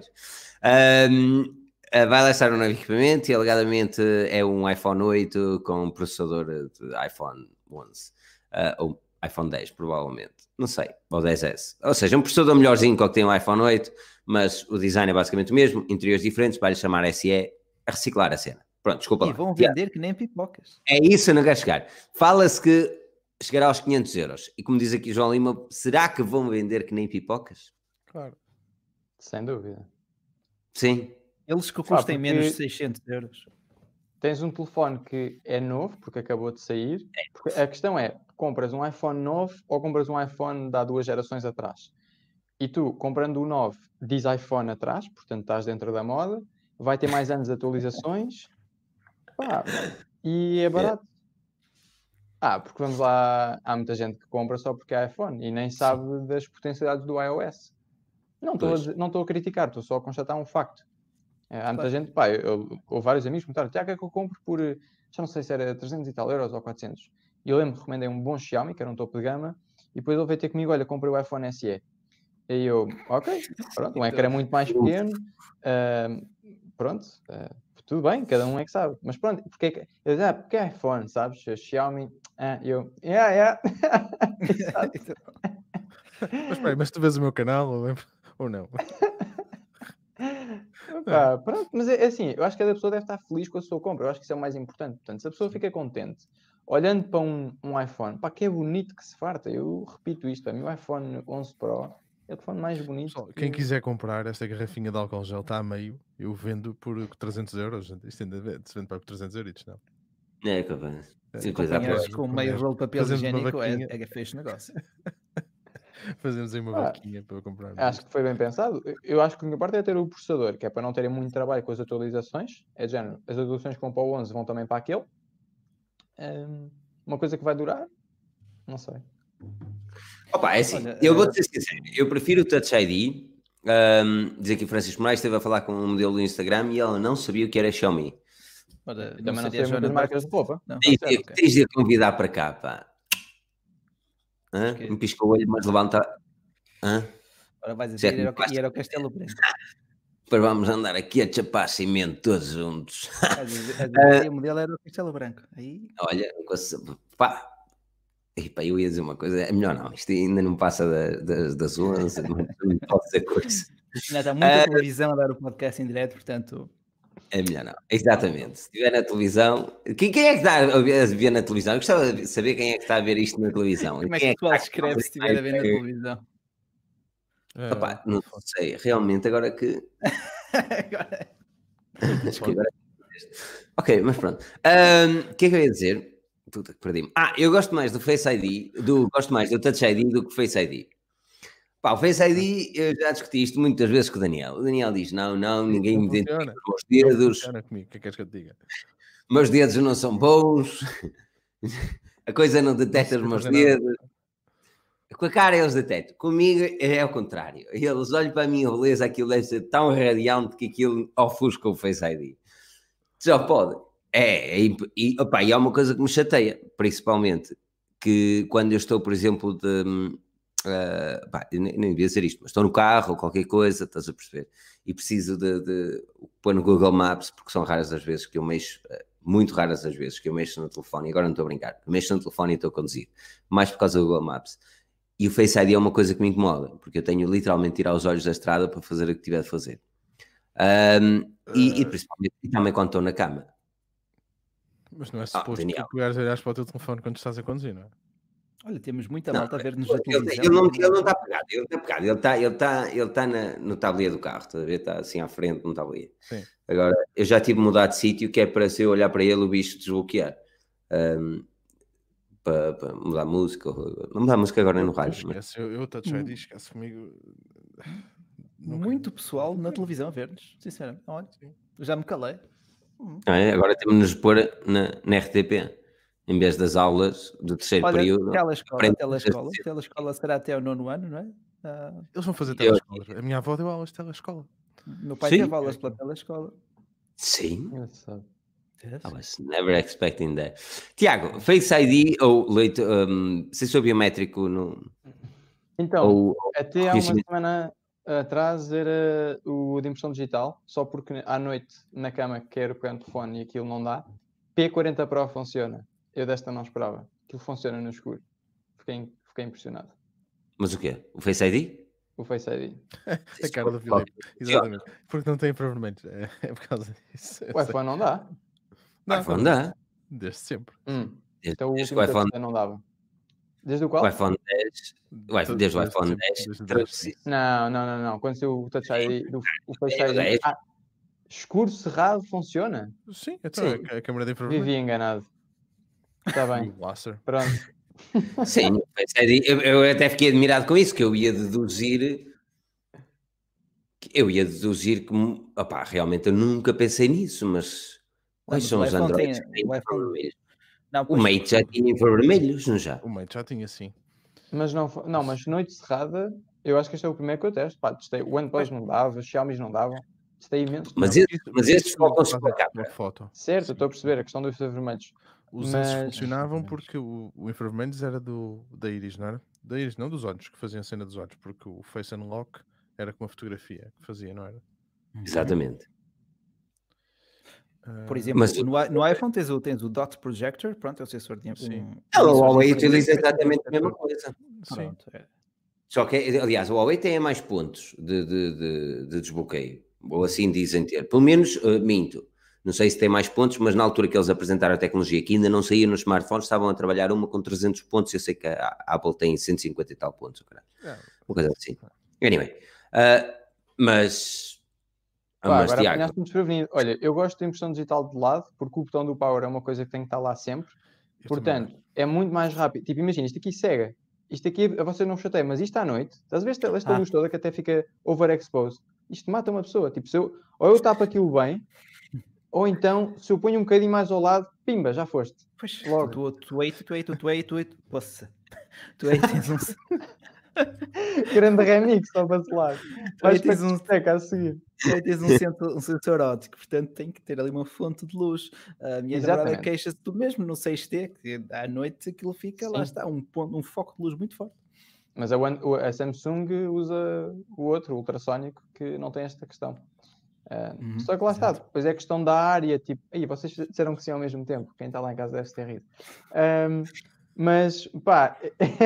Vai lançar um novo equipamento e alegadamente é um iPhone 8 com um processador de iPhone 11. Ou iPhone 10, provavelmente. Não sei. Ou 10S. Ou seja, um processador melhorzinho que o que tem um iPhone 8, mas o design é basicamente o mesmo, interiores diferentes, vai-lhe chamar SE, a reciclar a cena. Pronto, desculpa lá. E vão vender que nem pipocas. É isso, eu não quero chegar. Fala-se que chegará aos 500 euros. E como diz aqui João Lima, será que vão vender que nem pipocas? Claro. Sem dúvida. Sim. Eles que custem menos de 600 euros. Tens um telefone que é novo, porque acabou de sair. Porque a questão é, compras um iPhone 9 ou compras um iPhone de há 2 gerações atrás? E tu, comprando o 9, diz iPhone atrás, portanto estás dentro da moda, vai ter mais anos de atualizações, e é barato. Porque vamos lá, há muita gente que compra só porque é iPhone e nem sabe das potencialidades do iOS. Não estou a criticar, estou só a constatar um facto. Há muita gente, ou vários amigos que me disseram, Tiago, é que eu compro por, já não sei se era 300 e tal euros ou 400. E eu lembro, recomendei um bom Xiaomi, que era um topo de gama, e depois ele veio ter comigo, olha, comprei o iPhone SE. E eu, ok, pronto, um ecrã muito mais pequeno, tudo bem, cada um é que sabe. Mas pronto, porque é iPhone, sabes? Xiaomi, Mas tu vês o meu canal ou não? Pronto, mas é assim, eu acho que cada pessoa deve estar feliz com a sua compra, eu acho que isso é o mais importante. Portanto, se a pessoa fica contente, olhando para um iPhone, que é bonito que se farta, eu repito isto, para mim o iPhone 11 Pro é o telefone mais bonito. Pessoal, quem quiser comprar esta garrafinha de álcool gel está a meio, eu vendo por 300 euros, isto ainda se vende para por 300 euros, não? É capaz. Com meio rolo de papel higiênico é feio negócio. Fazemos aí uma vaquinha para eu comprar. Acho que foi bem pensado. Eu acho que a minha parte é ter o processador, que é para não terem muito trabalho com as atualizações. É de género, as atualizações que vão para o 11 vão também para aquele. Uma coisa que vai durar? Não sei. É assim, eu vou ser sincero, eu prefiro o Touch ID. Diz aqui o Francisco Moraes esteve a falar com um modelo do Instagram e ela não sabia o que era Xiaomi. Também não sei muitas marcas de roupa. Tens de a convidar para cá, pá. Me pisca o olho, mas levanta. Agora vais dizer e era o Castelo Branco. Depois vamos andar aqui a chapar cimento todos juntos. O modelo era o Castelo Branco. Aí... Olha, eu ia dizer uma coisa, é melhor não, isto ainda não passa das 11, não pode ser coisa. Ainda está muita televisão a dar o podcast em direto, portanto... É melhor não, exatamente. Se estiver na televisão... Quem é que está a ver na televisão? Eu gostava de saber quem é que está a ver isto na televisão. Como é que tu escreve se estiver a ver na televisão? Não sei, realmente agora que... Ok, mas pronto. O que é que eu ia dizer? Puta que perdi-me. Eu gosto mais do Face ID, gosto mais do Touch ID do que o Face ID. O Face ID, eu já discuti isto muitas vezes com o Daniel. O Daniel diz, não, ninguém me identifica os meus dedos. Comigo. O que é que queres que eu te diga? Meus dedos não são bons. A coisa não detecta os meus dedos. Com a cara eles detectam. Comigo é ao contrário. Eles olham para a minha beleza, aquilo deve ser tão radiante que aquilo ofusca o Face ID. Já pode. E há uma coisa que me chateia, principalmente, que quando eu estou, por exemplo, nem devia dizer isto, mas estou no carro ou qualquer coisa, estás a perceber? E preciso de pôr no Google Maps, porque são raras as vezes que eu mexo, muito raras as vezes que eu mexo no telefone, e agora não estou a brincar, eu mexo no telefone e estou a conduzir, mais por causa do Google Maps. E o Face ID é uma coisa que me incomoda, porque eu tenho literalmente de tirar os olhos da estrada para fazer o que tiver de fazer. E principalmente também quando estou na cama. Mas não é suposto que pegares e olhares para o teu telefone quando estás a conduzir, não é? Olha, temos muita malta a ver-nos na televisão. Ele não está pegado, ele está no tabuleiro do carro, estás a ver? Está assim à frente no tabuleiro. Sim. Agora, eu já tive de mudar de sítio, que é para se eu olhar para ele o bicho desbloquear. Para mudar a música, não mudar a música agora nem no rádio. Esquece, eu Touch ID, esquece comigo. Muito pessoal na televisão a ver-nos, sinceramente. Olha, já me calei. Agora temos de nos pôr na RTP. Em vez das aulas do terceiro período. Telescola será até o 9º ano, não é? Eles vão fazer telescola. A minha avó deu aulas de telescola. Meu pai teve aulas pela telescola. Sim. I was never expecting that. Tiago, Face ID ou sensor biométrico no... Então, até há uma semana atrás era o de impressão digital, só porque à noite na cama quero pegar o telefone e aquilo não dá. P40 Pro funciona. Eu desta não esperava. Aquilo funciona no escuro. Fiquei impressionado. Mas o quê? O Face ID? O Face ID. A cara do Filipe. Exatamente. Porque não tem infravermelhos. É por causa disso. O iPhone não dá. O iPhone dá. Desde sempre. Então o último iPhone não dava. Desde o qual? O iPhone 10. Desde o iPhone 10. Não. Quando o Touch ID, o Face ID... escuro, cerrado, funciona? Sim, então a câmera de infravermelho. Vivi enganado. Está bem. Pronto. Sim, eu até fiquei admirado com isso, que eu ia deduzir que realmente eu nunca pensei nisso, mas quais são os Androids que têm infravermelhos? O Mate já tinha infravermelhos, não já? O Mate já tinha, sim. Mas mas noite cerrada, eu acho que este é o primeiro que eu testo. Testei. O OnePlus não dava, os Xiaomi não davam. Testei imenso. Mas estes focam-se para cá. Foto. Certo, eu estou a perceber a questão dos infravermelhos. Os esses funcionavam porque o infravermelhos era da íris, não era? Da íris, não dos olhos, que faziam a cena dos olhos, porque o Face Unlock era com uma fotografia que fazia, não era? Exatamente. Por exemplo, no iPhone tens o Dot Projector, pronto, é o sensor de... O Huawei utiliza exatamente a mesma coisa. Pronto, Só que, aliás, o Huawei tem mais pontos de desbloqueio, ou assim dizem ter. Pelo menos, minto. Não sei se tem mais pontos, mas na altura que eles apresentaram a tecnologia, que ainda não saía nos smartphones, estavam a trabalhar uma com 300 pontos. Eu sei que a Apple tem 150 e tal pontos. Uma coisa assim. Anyway. Mas agora apanhaste-me desprevenido. Olha, eu gosto de impressão digital de lado, porque o botão do power é uma coisa que tem que estar lá sempre. Portanto, é muito mais rápido. Tipo, imagina, isto aqui cega. Isto aqui, a vocês não chateia, mas isto à noite, estás a ver esta luz toda que até fica overexposed? Isto mata uma pessoa. Tipo, ou eu tapo aquilo bem, ou então, se eu ponho um bocadinho mais ao lado, pimba, já foste. Pois, logo. Tu aí tens um... Grande remix, só para lado. Vais tens um seca a seguir. Tens um sensor óptico, portanto tem que ter ali uma fonte de luz. A minha namorada queixa-se do mesmo no 6T, que à noite aquilo fica, lá está, um foco de luz muito forte. Mas a Samsung usa o outro, o ultrassónico, que não tem esta questão. Só que lá está, depois é questão da área, tipo, aí vocês disseram que sim ao mesmo tempo, quem está lá em casa deve ter rido. Mas, pá,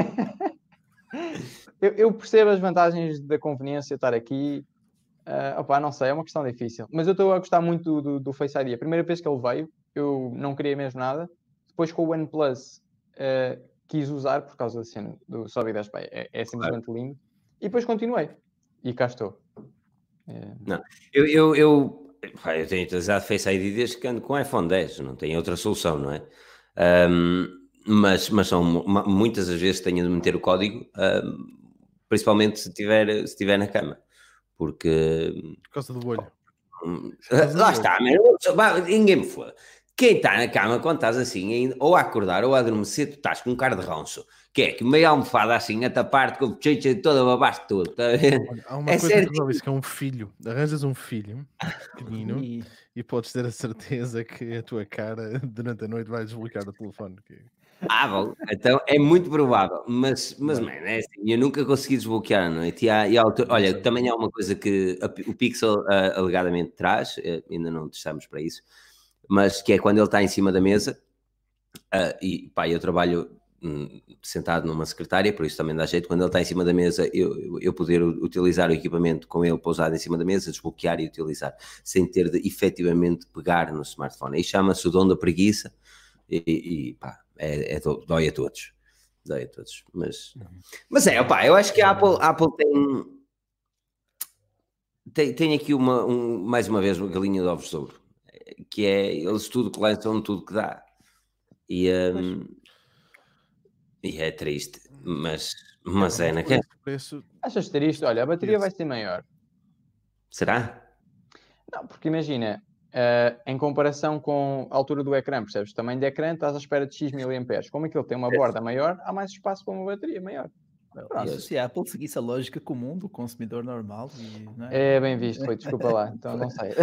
eu percebo as vantagens da conveniência estar aqui, não sei, é uma questão difícil, mas eu estou a gostar muito do Face ID. A primeira vez que ele veio, eu não queria mesmo nada, depois com o OnePlus quis usar por causa da cena do Sobe 10 Pai, é simplesmente lindo, e depois continuei, e cá estou. Não, eu tenho utilizado Face ID desde que ando com o iPhone 10, não tenho outra solução, não é? Mas são muitas as vezes tenho de meter o código, principalmente se estiver na cama, porque... Por causa do olho. Lá está, ninguém me foda. Quem está na cama quando estás assim, ou a acordar ou a adormecer, tu estás com um cara de ronço. Que é que meia almofada assim a tapar-te com o bochecha toda, babaste tudo. Tá? Há uma coisa que resolve que é um filho. Arranjas um filho pequenino e podes ter a certeza que a tua cara durante a noite vai desbloquear o telefone. Bom, então é muito provável, mas mano, é assim, eu nunca consegui desbloquear à noite. Olha, também há uma coisa que o Pixel alegadamente traz, ainda não testamos para isso, mas que é quando ele está em cima da mesa, e pá, eu trabalho sentado numa secretária, por isso também dá jeito, quando ele está em cima da mesa, eu poder utilizar o equipamento com ele pousado em cima da mesa, desbloquear e utilizar, sem ter de efetivamente pegar no smartphone. Aí chama-se o dom da preguiça, e pá, dói a todos. Mas opá, eu acho que a Apple tem aqui mais uma vez uma galinha de ovos de ouro, que é, eles tudo que lançam, tudo que dá. E é triste, mas é naquela. Achas triste? Olha, a bateria vai ser maior. Será? Não, porque imagina, em comparação com a altura do ecrã, percebes? O tamanho do ecrã, estás à espera de X mAh. Como aquilo tem uma borda maior, há mais espaço para uma bateria maior. Pronto, se a Apple seguisse a lógica comum do consumidor normal... não é bem visto, foi, desculpa lá, então não sei.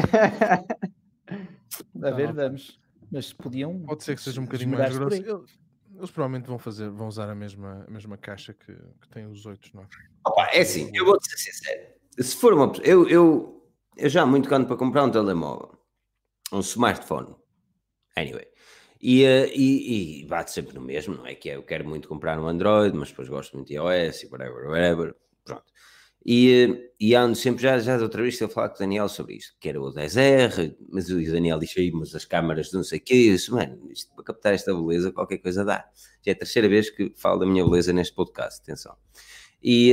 A ver, vamos. Mas podiam... Pode ser que seja um bocadinho mais grosso. Eles provavelmente vão usar a mesma caixa que tem os 8, não é? Opa, é assim, eu vou-te ser sincero. Se for uma... Eu já há muito ando para comprar um telemóvel. Um smartphone. Anyway. E bate sempre no mesmo, não é? Que eu quero muito comprar um Android, mas depois gosto muito de iOS e whatever. Pronto. E ando sempre, já da outra vez estive a falar com o Daniel sobre isto, que era o 10R, mas o Daniel disse aí, mas as câmaras de não sei o que, isso, mano, isto, para captar esta beleza, qualquer coisa dá. Já é a terceira vez que falo da minha beleza neste podcast, atenção. E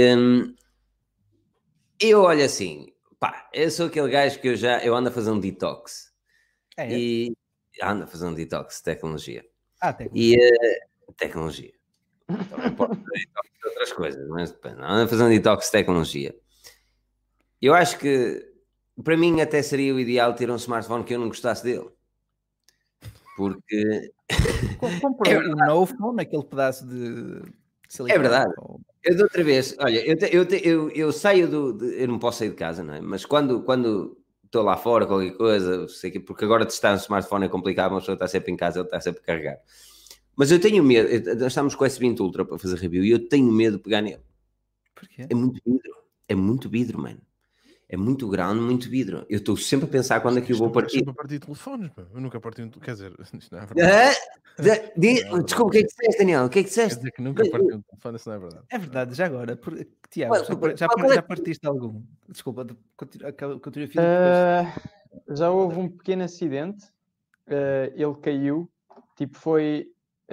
eu olho assim, pá, eu sou aquele gajo que eu ando a fazer um detox. E ando a fazer um detox de tecnologia. Tecnologia. Também pode fazer detox de outras coisas, mas depende. Ando a fazer um detox de tecnologia. Eu acho que, para mim, até seria o ideal ter um smartphone que eu não gostasse dele. Porque... Comprei o novo phone, aquele pedaço de silicone. É verdade. Eu de outra vez, olha, eu saio eu não posso sair de casa, não é? Mas quando estou lá fora, qualquer coisa, sei que, porque agora testar um smartphone é complicado, uma pessoa está sempre em casa, ele está sempre a carregar. Mas eu tenho medo, nós estamos com o S20 Ultra para fazer review e eu tenho medo de pegar nele. Porquê? É muito vidro, mano. É muito grande, muito vidro. Eu estou sempre a pensar quando é que eu vou partir. Eu parti telefones, pá. Eu nunca parti quer dizer, isto não é verdade. Desculpa, o que é que disseste, Daniel? O que é que disseste? Quer dizer que nunca parti um telefone, isso não é verdade. É verdade, já agora, Tiago, já partiste algum? Desculpa, continua já houve um pequeno acidente, ele caiu, tipo foi,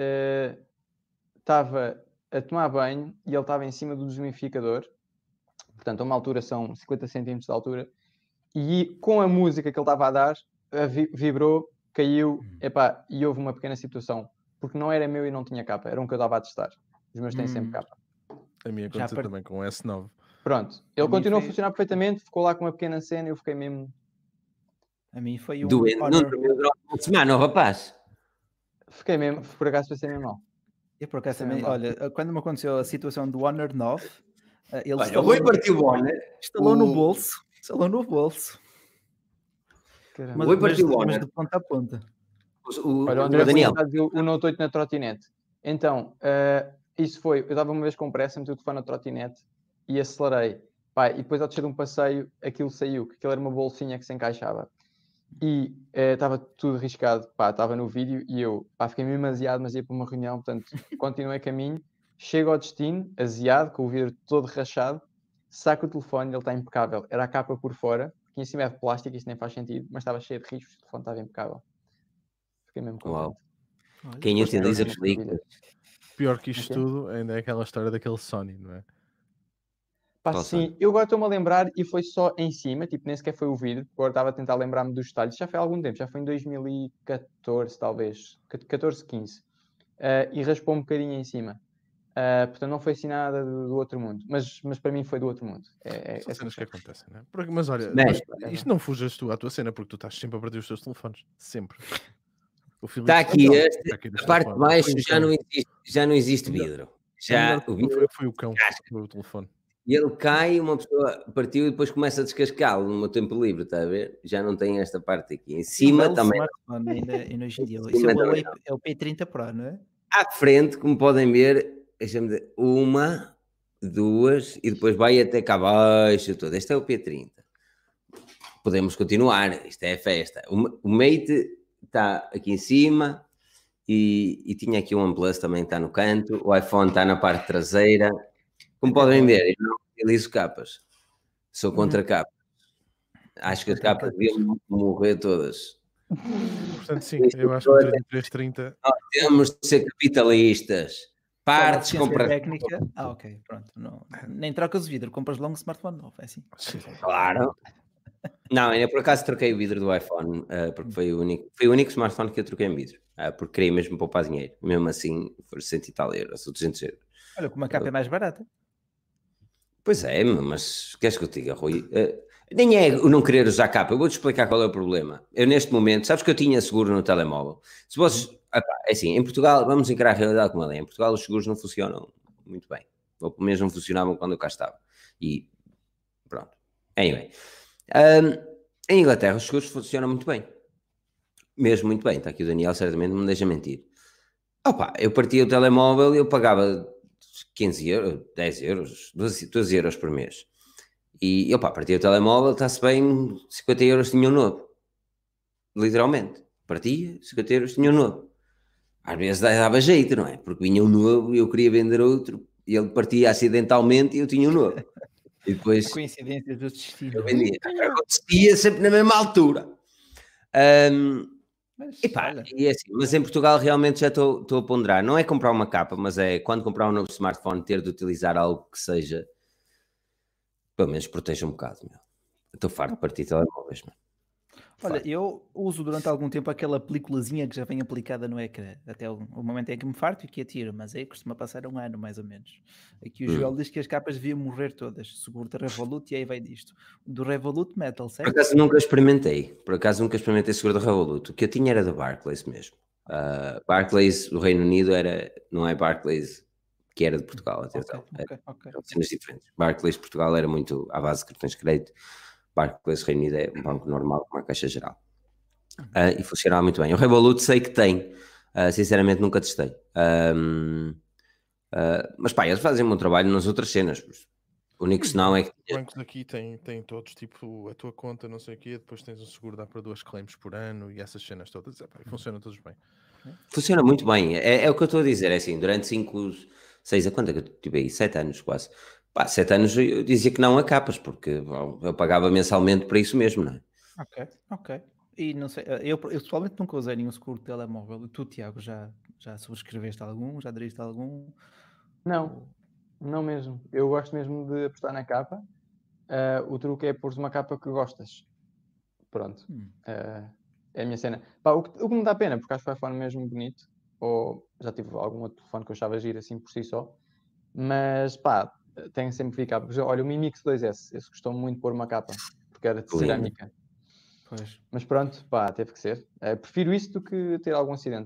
estava a tomar banho e ele estava em cima do desumidificador, portanto a uma altura são 50 cm de altura, e com a música que ele estava a dar, vibrou, caiu, e houve uma pequena situação, porque não era meu e não tinha capa, era um que eu estava a testar. Os meus têm sempre capa. A minha aconteceu também com o S9. Pronto, ele continuou a funcionar perfeitamente, ficou lá com uma pequena cena e eu fiquei mesmo... A mim foi um... Doente, não dormiu durante uma semana, rapaz. Fiquei mesmo, por acaso pensei mesmo mal. Eu por acaso também, olha, quando me aconteceu a situação do Honor 9, ele olha, o Rui partiu o Honor. Instalou no bolso. Mas, Rui partiu o Honor. Mas de ponta a ponta. Olha, o André Daniel o Note 8 na trotinete. Então, isso foi, eu dava uma vez com pressa, meti o telefone na trotinete e acelerei. Pá, e depois ao descer de um passeio, aquilo saiu, que aquilo era uma bolsinha que se encaixava. E estava tudo riscado, pá, estava no vídeo e eu, pá, fiquei meio demasiado, mas ia para uma reunião, portanto, continuei caminho, chego ao destino, aziado, com o vidro todo rachado, saco o telefone, ele está impecável, era a capa por fora, que em cima é de plástico, isso nem faz sentido, mas estava cheio de riscos, o telefone estava impecável. Fiquei mesmo contente. Uau. Quem utiliza películas. Pior que isto tudo, ainda é aquela história daquele Sony, não é? Pá, sim, eu agora estou-me a lembrar e foi só em cima, tipo, nem sequer foi o vídeo, agora estava a tentar lembrar-me dos detalhes, já foi há algum tempo, já foi em 2014 talvez, 14, 15, e raspou um bocadinho em cima, portanto não foi assim nada do outro mundo, mas para mim foi do outro mundo. São cenas que acontecem, não é? Mas olha, isto não fujas tu à tua cena, porque tu estás sempre a perder os teus telefones, sempre. Está aqui, a parte de baixo já não existe vidro. O vidro foi o cão, foi o telefone. E ele cai, uma pessoa partiu e depois começa a descascá-lo no meu tempo livre, está a ver? Já não tem esta parte aqui. Em cima também. Ainda hoje em dia. Isso é o P30 Pro, não é? À frente, como podem ver, deixa-me dizer, 1, 2 e depois vai até cá abaixo todo. Este é o P30. Podemos continuar, isto é a festa. O Mate está aqui em cima e tinha aqui o OnePlus também está no canto. O iPhone está na parte traseira. Como podem ver, eu não utilizo capas. Sou contra capas. Acho que as capas deviam morrer todas. Portanto, sim, eu acho que o 3330... Nós temos de ser capitalistas. Partes, comprar... técnica. Ok, pronto. Não, nem trocas o vidro, compras logo um smartphone novo, é assim. Claro. Não, eu por acaso troquei o vidro do iPhone, porque foi o único smartphone que eu troquei em vidro, porque queria mesmo poupar dinheiro. Mesmo assim, foi 100 e tal euros, ou 200 euros. Olha, como a capa é mais barata. Pois é, mas queres que eu te diga, Rui? Nem é o não querer usar capa, eu vou-te explicar qual é o problema. Eu neste momento, sabes que eu tinha seguro no telemóvel. Se vocês, é assim, em Portugal, vamos encarar a realidade como ela é. Em Portugal os seguros não funcionam muito bem, ou pelo menos não funcionavam quando eu cá estava. E pronto. Anyway. Em Inglaterra os seguros funcionam muito bem. Mesmo muito bem. Está aqui o Daniel, certamente não me deixa mentir. Eu partia o telemóvel e eu pagava 15 euros, 10 euros, 12 euros por mês. E partia o telemóvel, está-se bem, 50 euros tinha um novo. Literalmente. Partia, 50 euros tinha um novo. Às vezes dava jeito, não é? Porque vinha um novo e eu queria vender outro e ele partia acidentalmente e eu tinha um novo. E depois... Coincidências do destino. Eu vendia. Acontecia sempre na mesma altura. E é assim, mas em Portugal realmente já estou a ponderar. Não é comprar uma capa, mas é quando comprar um novo smartphone ter de utilizar algo que seja... Pelo menos proteja um bocado, meu. Estou farto de partir telemóveis, meu. Olha, eu uso durante algum tempo aquela peliculazinha que já vem aplicada no ecrã, até o momento em que me farto e que atiro, mas aí costuma passar um ano, mais ou menos. Aqui o Joel diz que as capas deviam morrer todas, seguro da Revolut, e aí vai disto. Do Revolut Metal, certo? Por acaso nunca experimentei seguro da Revolut. O que eu tinha era da Barclays mesmo. Barclays do Reino Unido não é Barclays que era de Portugal, atenção. Eram cenas diferentes. Barclays Portugal era muito à base de cartões de crédito. Barclays Reino Unido é um banco normal com uma caixa geral. E funcionava muito bem. O Revolut sei que tem. Sinceramente nunca testei. Mas eles fazem um bom trabalho nas outras cenas. O único senão é que... Os bancos aqui têm todos, tipo, a tua conta, não sei o quê, depois tens um seguro, dá para 2 claims por ano e essas cenas todas. Funcionam todos bem. Funciona muito bem. É o que eu estou a dizer. É assim, durante 5, 6, a quanto é que eu tive aí? 7 anos quase. 7 anos eu dizia que não a capas, porque eu pagava mensalmente para isso mesmo, não é? Ok. E não sei, eu pessoalmente nunca usei nenhum seguro de telemóvel. Tu, Tiago, já subscreveste algum? Já aderiste a algum? Não mesmo. Eu gosto mesmo de apostar na capa. O truque é pôr uma capa que gostas. Pronto. É a minha cena. O que me dá pena, porque acho que o iPhone é mesmo bonito. Ou já tive algum outro telefone que eu achava giro assim por si só. Mas tem sempre que ficar. Olha, o Mi Mix 2S, esse gostou muito de pôr uma capa, porque era de cerâmica. Pois. Mas pronto, teve que ser. Prefiro isso do que ter algum acidente.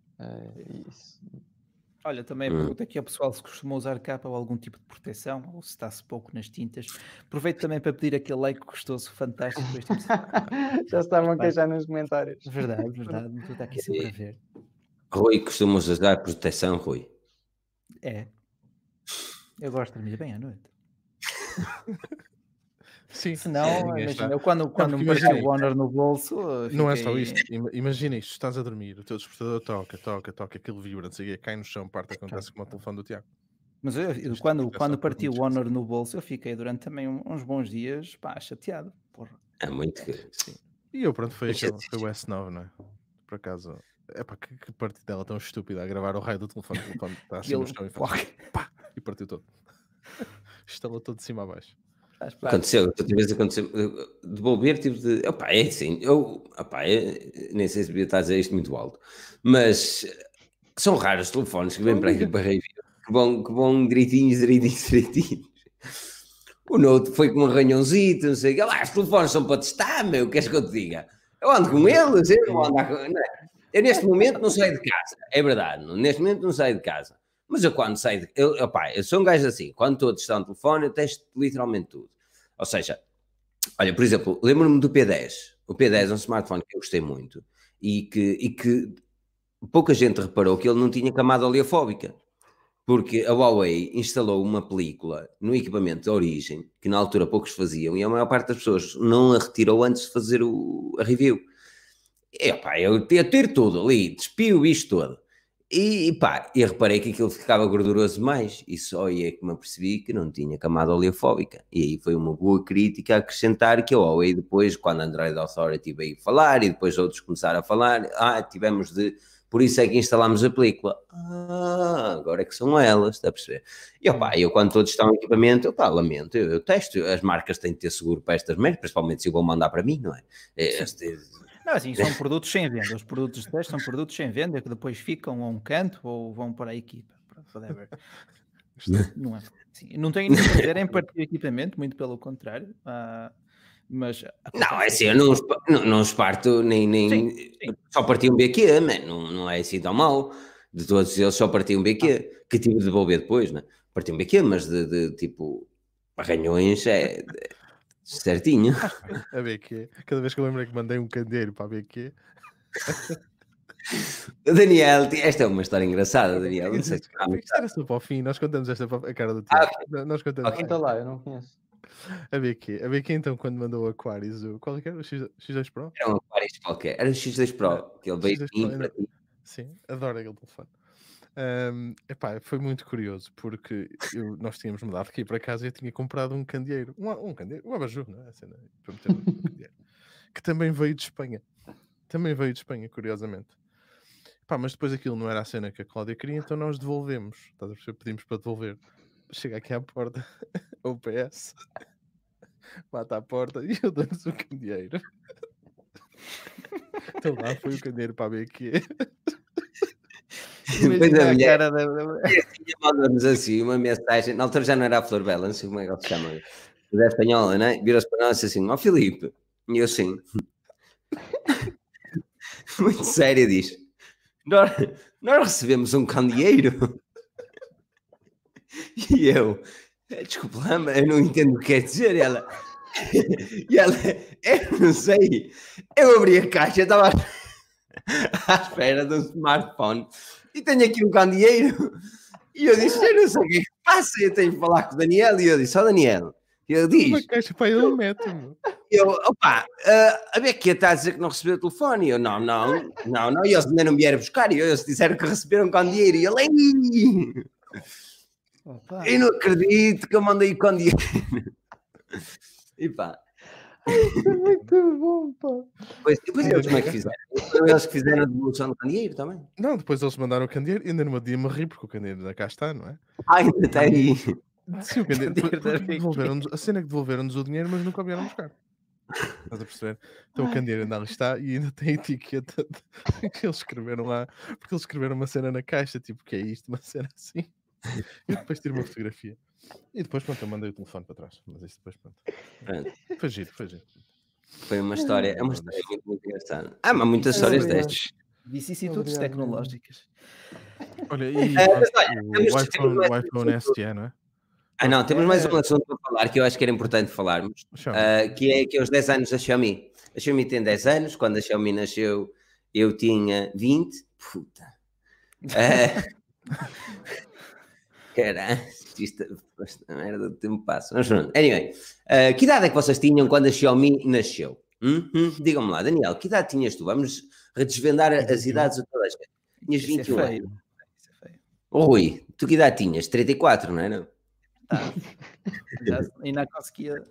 Olha, também pergunto aqui ao pessoal se costuma usar capa ou algum tipo de proteção, ou se está-se pouco nas tintas. Aproveito também para pedir aquele like gostoso, fantástico. Já estavam a queixar nos comentários. Verdade. Tu está aqui sempre a ver. Rui, costumas usar proteção, Rui? É. Eu gosto de dormir bem à noite. Sim. Se não, imagina, eu quando me parece o Honor no bolso... Não é só isto. Imagina isto, estás a dormir, o teu despertador toca, aquilo vibra, não sei o quê, cai no chão, parte, acontece como o telefone do Tiago. Mas eu quando parti o Honor no bolso, eu fiquei durante também uns bons dias, chateado. Porra. É muito... Sim. E eu, pronto, foi o S9, não é? Por acaso... que parte dela tão estúpida a gravar o raio do telefone está assim no chão e faz e partiu todo. Instalou todo de cima a baixo. Aconteceu, outra vez aconteceu. Devolver, tipo de. É assim, eu nem sei se devia estar a dizer isto muito alto, mas são raros os telefones que vêm para aqui para review, que vão direitinhos. O Note foi com um arranhãozito, não sei o que. Os telefones são para testar, meu, queres que eu te diga? Eu ando com eles, eu não ando com. Não é? Eu neste momento não saio de casa, é verdade, neste momento não saio de casa. Mas eu quando saio, eu sou um gajo assim, quando estou a testar um telefone, eu testo literalmente tudo. Ou seja, olha, por exemplo, lembro-me do P10. O P10 é um smartphone que eu gostei muito e que pouca gente reparou que ele não tinha camada oleofóbica. Porque a Huawei instalou uma película no equipamento de origem, que na altura poucos faziam, e a maior parte das pessoas não a retirou antes de fazer a review. E, pá, eu tiro tudo ali, despio isto todo. E reparei que aquilo ficava gorduroso demais, e só aí é que me apercebi que não tinha camada oleofóbica. E aí foi uma boa crítica a acrescentar que a Huawei depois, quando a Android Authority veio falar, e depois outros começaram a falar, tivemos de... Por isso é que instalámos a película. Agora é que são elas, está a perceber? E eu quando todos estão em equipamento, lamento, eu testo, as marcas têm de ter seguro para estas merdas, principalmente se vão mandar para mim, não é? Não, assim, são produtos sem venda. Os produtos de teste são produtos sem venda que depois ficam a um canto ou vão para a equipa. Não é assim. Não tenho nenhum prazer em partir equipamento, muito pelo contrário. Mas não, é assim, eu não os parto nem sim. Só parti um BQ, não é assim tão mau. De todos eles só parti um BQ, que tive de devolver depois, né? Parti um BQ, mas de tipo arranhões é certinho. A BQ, cada vez que eu lembrei que mandei um candeeiro para a BQ. Daniel, esta é uma história engraçada, Daniel. Não sei se era só para o fim, nós contamos esta para a cara do Tiago. Nós contamos. Conta lá, eu não conheço. A BQ então, quando mandou o Aquarius, qual é que era? O X2 Pro? Era um Aquarius qualquer, era o X2 Pro, que ele veio para ti. Sim, adoro aquele telefone. Foi muito curioso, porque nós tínhamos mudado aqui para casa e eu tinha comprado um candeeiro, um abajur, não é? Para meter um candeeiro, que também veio de Espanha. Curiosamente. Mas depois aquilo não era a cena que a Cláudia queria, então nós devolvemos. Estás a perceber? Pedimos para devolver. Chega aqui à porta, o PS bate à porta e eu dou-nos o candeeiro. Então lá foi o candeeiro para a BQ. Depois a mulher manda-nos assim uma mensagem, na altura já não era a Flor Bela, não sei como é que ela se chama, mas é espanhola, né? Vira-se para nós assim, Filipe, e eu assim, muito sério, diz, nós recebemos um candeeiro. E eu, desculpa lá, mas eu não entendo o que quer dizer. E ela, eu não sei. Eu abri a caixa, estava à espera de um smartphone e tenho aqui um candeeiro. E eu disse, eu não sei o que é que passa. Eu tenho de falar com o Daniel. E eu disse, Daniel. E ele diz, uma caixa para ele metro. Eu, a BQ está a dizer que não recebeu o telefone. E eu, não. E eles ainda não vieram buscar. E eles disseram que receberam um candeeiro. E ele, eu não acredito que eu mandei o candeeiro. E pá. Isso é muito bom, pá. Depois eles como é que fizeram? Eles que fizeram a devolução do candeeiro também? Não, depois eles mandaram o candeeiro e ainda no dia me ri, porque o candeeiro ainda cá está, não é? Ainda está aí. Sim, o candeeiro. A cena é que devolveram-nos o dinheiro, mas nunca vieram buscar. Estás a perceber? Então o candeeiro ainda ali está e ainda tem a etiqueta que eles escreveram lá, porque eles escreveram uma cena na caixa, tipo, que é isto, uma cena assim. E depois tiro uma fotografia. E depois, pronto, eu mandei o telefone para trás. Mas isso depois, pronto. Foi giro. Foi uma história, muito engraçada. Há muitas histórias destas. Vicissitudes tecnológicas. Olha, o iPhone SE, não é? Não, temos mais um assunto para falar que eu acho que era importante falarmos, que é os 10 anos da Xiaomi. A Xiaomi tem 10 anos, quando a Xiaomi nasceu eu tinha 20. Puta. Caralho, a merda do tempo passa. Mas pronto, anyway, que idade é que vocês tinham quando a Xiaomi nasceu? Digam-me lá, Daniel, que idade tinhas tu? Vamos redesvendar as idades de todas. Tinhas 21 anos. Rui, tu que idade tinhas? 34, não era? Ainda conseguia.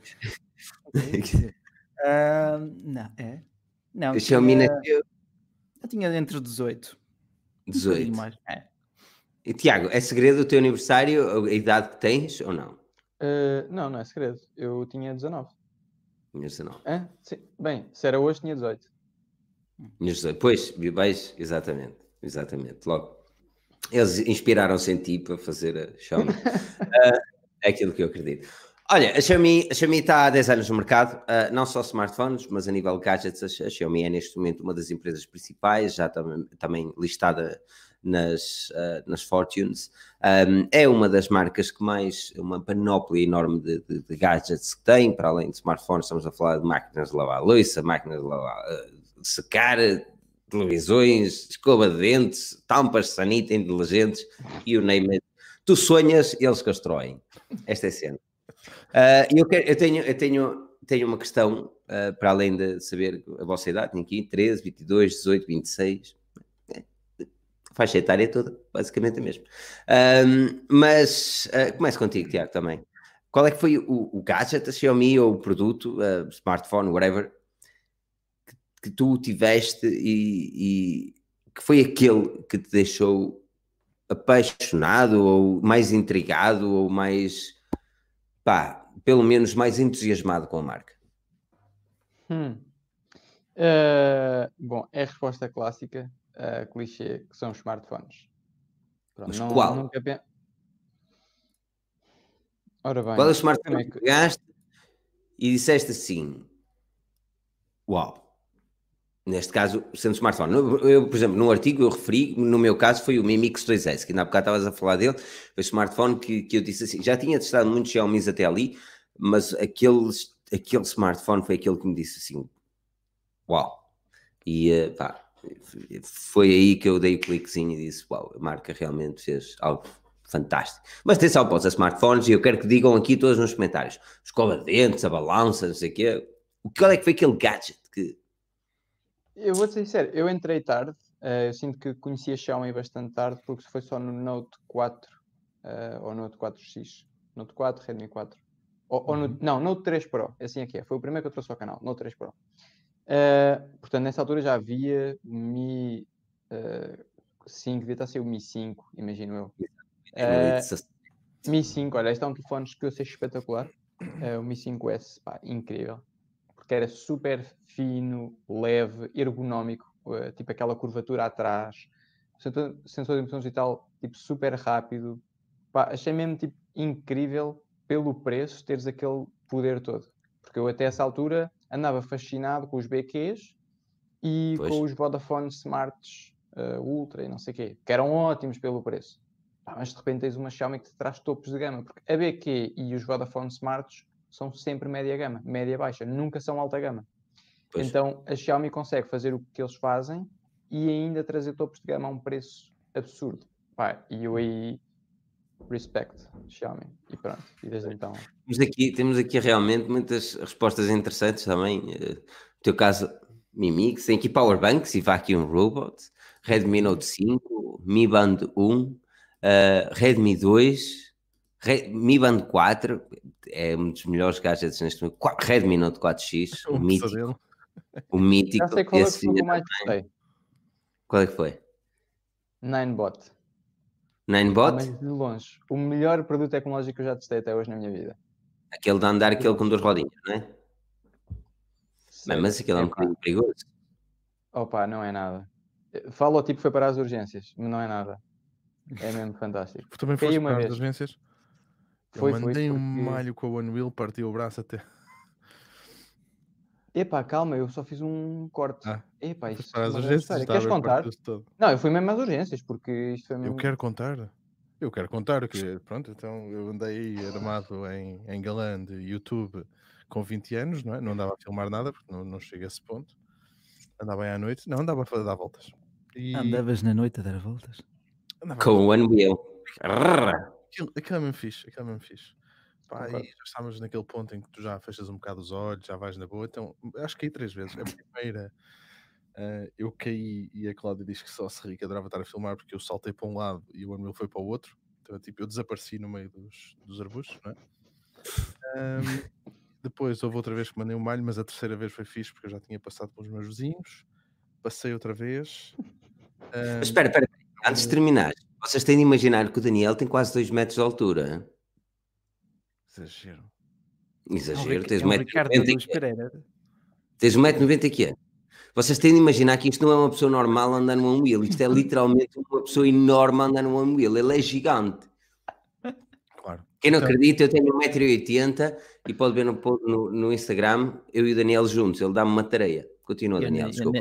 Não, a Xiaomi nasceu. Eu tinha entre 18. 18. Mais. E Tiago, é segredo o teu aniversário, a idade que tens ou não? Não é segredo. Eu tinha 19. Tinha 19. Sim. Bem, se era hoje, tinha 18. Tinha 18. Pois, vais, exatamente. Logo. Eles inspiraram-se em ti para fazer a Xiaomi. É aquilo que eu acredito. Olha, a Xiaomi está há 10 anos no mercado, não só smartphones, mas a nível de gadgets, a Xiaomi é neste momento uma das empresas principais, já também listada nas Fortunes. É uma das marcas que mais, uma panóplia enorme de gadgets que tem, para além de smartphones, estamos a falar de máquinas de lavar louça, máquinas de lavar, de secar, televisões, escova de dentes, tampas de sanita inteligentes e o name it. Tu sonhas, eles constroem. Esta é a cena. Eu tenho uma questão, para além de saber a vossa idade, tenho aqui 13, 22, 18, 26, faixa etária toda, basicamente a mesma. Mas começo contigo, Tiago, também. Qual é que foi o gadget, a Xiaomi ou o produto, smartphone, whatever, que tu tiveste e que foi aquele que te deixou apaixonado ou mais intrigado ou mais, pelo menos mais entusiasmado com a marca? Bom, é a resposta clássica, clichê, que são os smartphones. Pronto, mas qual? Nunca... Ora bem, qual é o smartphone que pegaste e disseste assim, uau? Neste caso, sendo smartphone. Eu, por exemplo, num artigo eu referi, no meu caso foi o Mi Mix 2S, que ainda há bocado estavas a falar dele, foi o smartphone que eu disse assim, já tinha testado muitos Xiaomi até ali, mas aquele smartphone foi aquele que me disse assim, uau. E foi aí que eu dei o cliquezinho e disse, uau, a marca realmente fez algo fantástico. Mas atenção para os smartphones, e eu quero que digam aqui todos nos comentários, escova de dentes, a balança, não sei o quê, qual é que foi aquele gadget que... Eu vou ser sincero, eu entrei tarde, eu sinto que conheci a Xiaomi bastante tarde, porque foi só no Note 4 ou Note 4X, Note 4, Redmi 4, não, Note 3 Pro, assim é que é, foi o primeiro que eu trouxe ao canal, Note 3 Pro. Portanto, nessa altura já havia o Mi 5, devia estar a ser o Mi 5, imagino eu. Mi 5, olha, este é um telefone que eu sei espetacular, o Mi 5S, incrível. Porque era super fino, leve, ergonómico, tipo aquela curvatura atrás, sensor de emoção digital, tipo super rápido. Achei mesmo tipo incrível pelo preço teres aquele poder todo. Porque eu até essa altura andava fascinado com os BQs e com os Vodafone Smarts Ultra e não sei o quê, que eram ótimos pelo preço. Mas de repente tens uma Xiaomi que te traz topos de gama, porque a BQ e os Vodafone Smarts são sempre média gama, média baixa, nunca são alta gama. Pois. Então a Xiaomi consegue fazer o que eles fazem e ainda trazer topos de gama a um preço absurdo. E eu aí respect Xiaomi e pronto, e desde então... Temos aqui realmente muitas respostas interessantes também. No teu caso, Mi Mix, tem aqui Powerbanks e Vacuum Robots, Redmi Note 5, Mi Band 1, Redmi 2, Mi Band 4, é um dos melhores gadgets neste momento, Redmi Note 4X, o mítico. O mítico. Já sei qual é que mais gostei. Qual é que foi? Ninebot. Ninebot? Mas de longe, o melhor produto tecnológico que eu já testei até hoje na minha vida. Aquele de andar, aquele com 2 rodinhas, não é? Mas aquele é um bocadinho perigoso. Opa, não é nada. Fala o tipo que foi para as urgências, mas não é nada. É mesmo fantástico. Tu também foste para as urgências? Eu mandei um malho com a One Wheel, parti o braço até... Epá, calma, eu só fiz um corte. Epá, isto para as urgências, queres contar? Não, eu fui mesmo às urgências, porque isto foi mesmo... Eu quero contar que, pronto, então eu andei armado em galã de YouTube com 20 anos, não é? Não andava a filmar nada, porque não chega a esse ponto. Andava aí à noite, não, andava a dar voltas. Andavas na noite a dar voltas? Com o One Wheel. Aquilo é mesmo fixe, e já estamos naquele ponto em que tu já fechas um bocado os olhos, já vais na boa, então acho que caí 3 vezes. A primeira, eu caí e a Cláudia diz que só se ri, que adorava estar a filmar porque eu saltei para um lado e o One Wheel foi para o outro, então tipo, eu desapareci no meio dos arbustos, não é? Depois houve outra vez que mandei um malho, mas a terceira vez foi fixe porque eu já tinha passado pelos meus vizinhos, passei outra vez. Mas espera, antes de terminar, vocês têm de imaginar que o Daniel tem quase 2 metros de altura. Exagero, tens 1,90m. Tens 1,90m aqui. Vocês têm de imaginar que isto não é uma pessoa normal a andar no One Wheel. Isto é literalmente uma pessoa enorme a andar no One Wheel. Ele é gigante. Claro. Quem não acredita, eu tenho 1,80m e pode ver no Instagram eu e o Daniel juntos. Ele dá-me uma tarefa. Continua, Daniel, desculpa.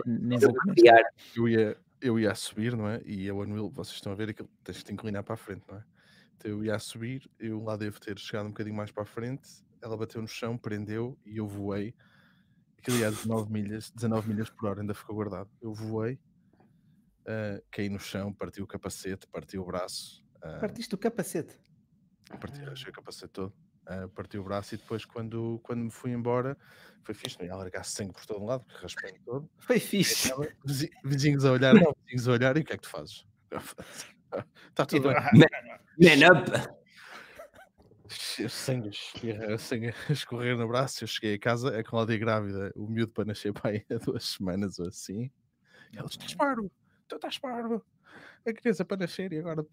Eu ia a subir, não é? E a One Wheel, vocês estão a ver aquilo, tens de inclinar para a frente, não é? Então eu ia a subir, eu lá devo ter chegado um bocadinho mais para a frente, ela bateu no chão, prendeu e eu voei. Aquilo ia a 19 milhas por hora, ainda ficou guardado. Eu voei caí no chão, parti o capacete, parti o braço. Partiste o capacete? Rachei o capacete todo. Parti o braço e depois quando me fui embora foi fixe, não ia largar sangue por todo lado, porque raspei-me todo. Foi fixe. Vizinhos a olhar, não, vizinhos a olhar, e o que é que tu fazes? Está tudo bem. Man up! Sangue a escorrer no braço. Eu cheguei a casa, a Cláudia grávida, o miúdo para nascer pai há 2 semanas ou assim. Ela disse: estás parvo, tu estás parvo, a criança para nascer e agora.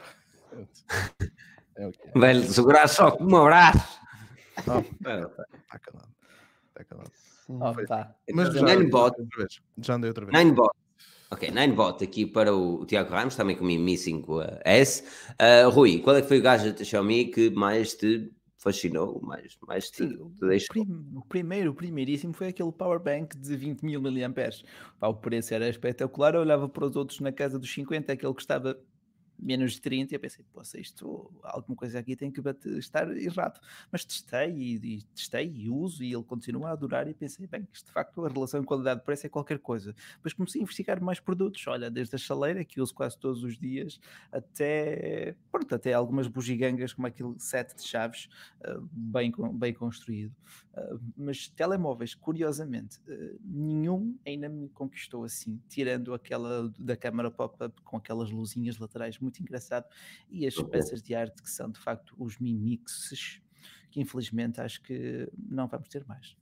É o que é. Velho, segurar só com um abraço. Está calado. Tá. Mas já andei outra vez. Ninebot. Ok, Ninebot aqui para o Tiago Ramos, também com o Mi 5S. Rui, qual é que foi o gadget da Xiaomi que mais te fascinou, mais te deixou? O primeiríssimo foi aquele powerbank de 20.000 mAh. O preço era espetacular, eu olhava para os outros na casa dos 50, aquele que estava menos de 30, e eu pensei, poxa, isto, alguma coisa aqui tem que estar errado. Mas testei e uso, e ele continua a adorar, e pensei, bem, isto de facto a relação qualidade-preço é qualquer coisa. Depois comecei a investigar mais produtos, olha, desde a chaleira, que uso quase todos os dias, até algumas bugigangas, como aquele set de chaves, bem construído. Mas telemóveis, curiosamente, nenhum ainda me conquistou assim, tirando aquela da câmara pop-up com aquelas luzinhas laterais, muito engraçado, e as peças de arte que são de facto os Mi Mixes, que infelizmente acho que não vamos ter mais.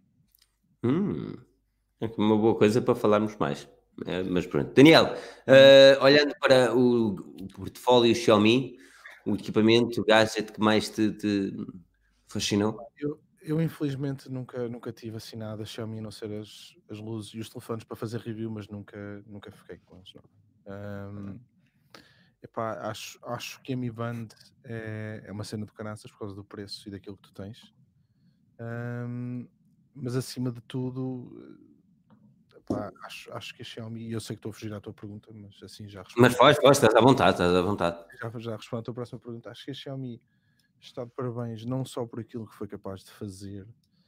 É uma boa coisa para falarmos mais. Mas pronto. Daniel, olhando para o portfólio Xiaomi, o equipamento, o gadget que mais te fascinou? Eu infelizmente nunca tive assim nada Xiaomi, a não ser as luzes e os telefones para fazer review, mas nunca fiquei com eles. Acho que a Mi Band é uma cena de caraças por causa do preço e daquilo que tu tens. Mas acima de tudo, acho que a Xiaomi, eu sei que estou a fugir à tua pergunta, mas assim já respondo. Mas pode, estás à vontade. Já respondo à tua próxima pergunta. Acho que a Xiaomi está de parabéns, não só por aquilo que foi capaz de fazer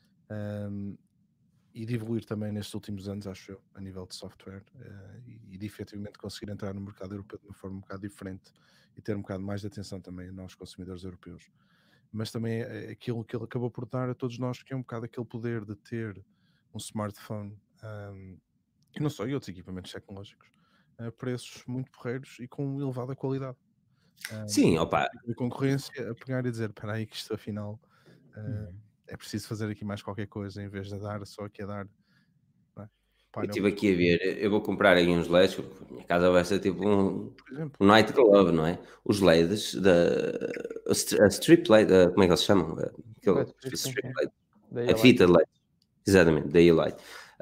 e de evoluir também nestes últimos anos, acho eu, a nível de software, e de efetivamente conseguir entrar no mercado europeu de uma forma um bocado diferente e ter um bocado mais de atenção também a nós, consumidores europeus. Mas também é aquilo que ele acabou por dar a todos nós, que é um bocado aquele poder de ter um smartphone, e não só, e outros equipamentos tecnológicos, a preços muito porreiros e com elevada qualidade. Sim, opa. A concorrência a pegar e dizer, espera aí que isto afinal é preciso fazer aqui mais qualquer coisa, em vez de dar só aqui a dar. Não é? Eu estive aqui a ver, eu vou comprar aí uns LEDs, porque minha casa vai ser tipo um night club, não é? Os LEDs a strip LED, como é que eles chamam? Strip LED. A fita LED. Exatamente, da E-Light.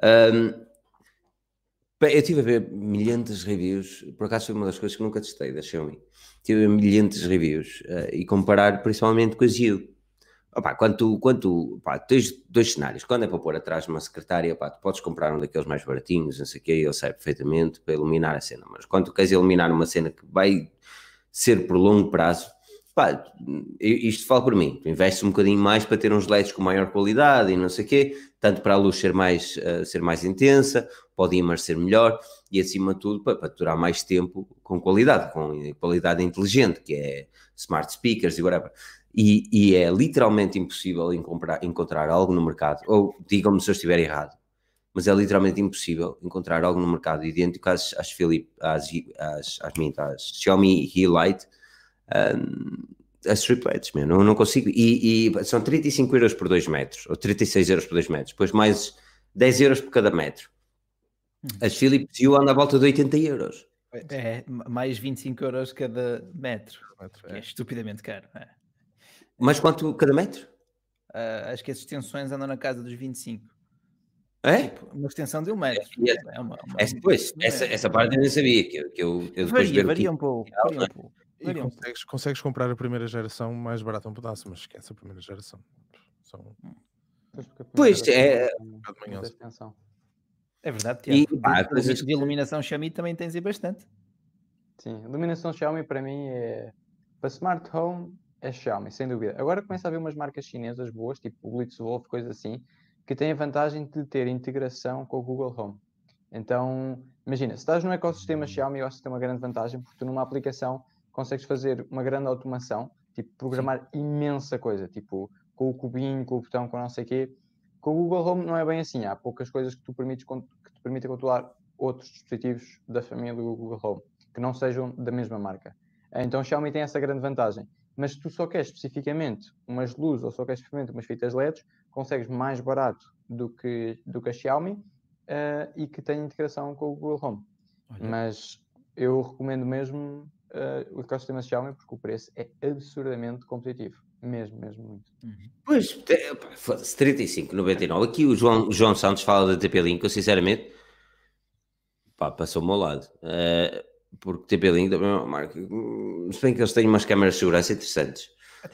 Eu estive a ver milhares de reviews, por acaso foi uma das coisas que nunca testei da Xiaomi. Estive a ver milhares de reviews e comparar principalmente com a Zio. Opa, tens 2 cenários. Quando é para pôr atrás uma secretária, tu podes comprar um daqueles mais baratinhos, não sei o quê, ele sai perfeitamente para iluminar a cena. Mas quando tu queres iluminar uma cena que vai ser por longo prazo, isto falo por mim, tu investes um bocadinho mais para ter uns LEDs com maior qualidade e não sei o quê, tanto para a luz ser mais intensa, para o dimmer ser melhor e acima de tudo para durar mais tempo com qualidade inteligente, que é smart speakers e whatever. E é literalmente impossível encontrar algo no mercado, ou digam-me se eu estiver errado, mas é literalmente impossível encontrar algo no mercado idêntico às Xiaomi E-Light, as strip LEDs, não consigo. E são 35 euros por 2 metros, ou 36 euros por 2 metros, depois mais 10 euros por cada metro. As Philips Hue anda à volta de 80 euros. É, mais 25 euros cada metro, que é estupidamente caro. Mas quanto cada metro? Acho que as extensões andam na casa dos 25. É? Tipo, uma extensão de 1 metro. Essa parte eu nem sabia. Que eu depois varia um pouco. Consegues comprar a primeira geração mais barata um pedaço, mas esquece a primeira geração. Pois é. É verdade, Tiago. De iluminação Xiaomi também tens aí bastante. Sim, iluminação Xiaomi para mim é para smart home é Xiaomi, sem dúvida. Agora começa a haver umas marcas chinesas boas, tipo o Blitzwolf, coisa assim, que têm a vantagem de ter integração com o Google Home. Então, imagina, se estás no ecossistema Xiaomi, eu acho que tem uma grande vantagem, porque tu numa aplicação consegues fazer uma grande automação, tipo, programar imensa coisa, tipo, com o cubinho, com o botão, com não sei o quê. Com o Google Home não é bem assim, há poucas coisas que te permitem controlar outros dispositivos da família do Google Home, que não sejam da mesma marca. Então, o Xiaomi tem essa grande vantagem. Mas se tu só queres especificamente umas luzes ou só queres especificamente umas fitas LEDs, consegues mais barato do que a Xiaomi e que tem integração com o Google Home. Olha. Mas eu recomendo mesmo o ecossistema Xiaomi porque o preço é absurdamente competitivo. Mesmo muito. Pois, foda-se, 35,99. Aqui o João Santos fala da TP-Link, eu sinceramente, passou ao meu lado. Porque TP-Link também é uma marca. Se bem que eles têm umas câmaras de segurança interessantes.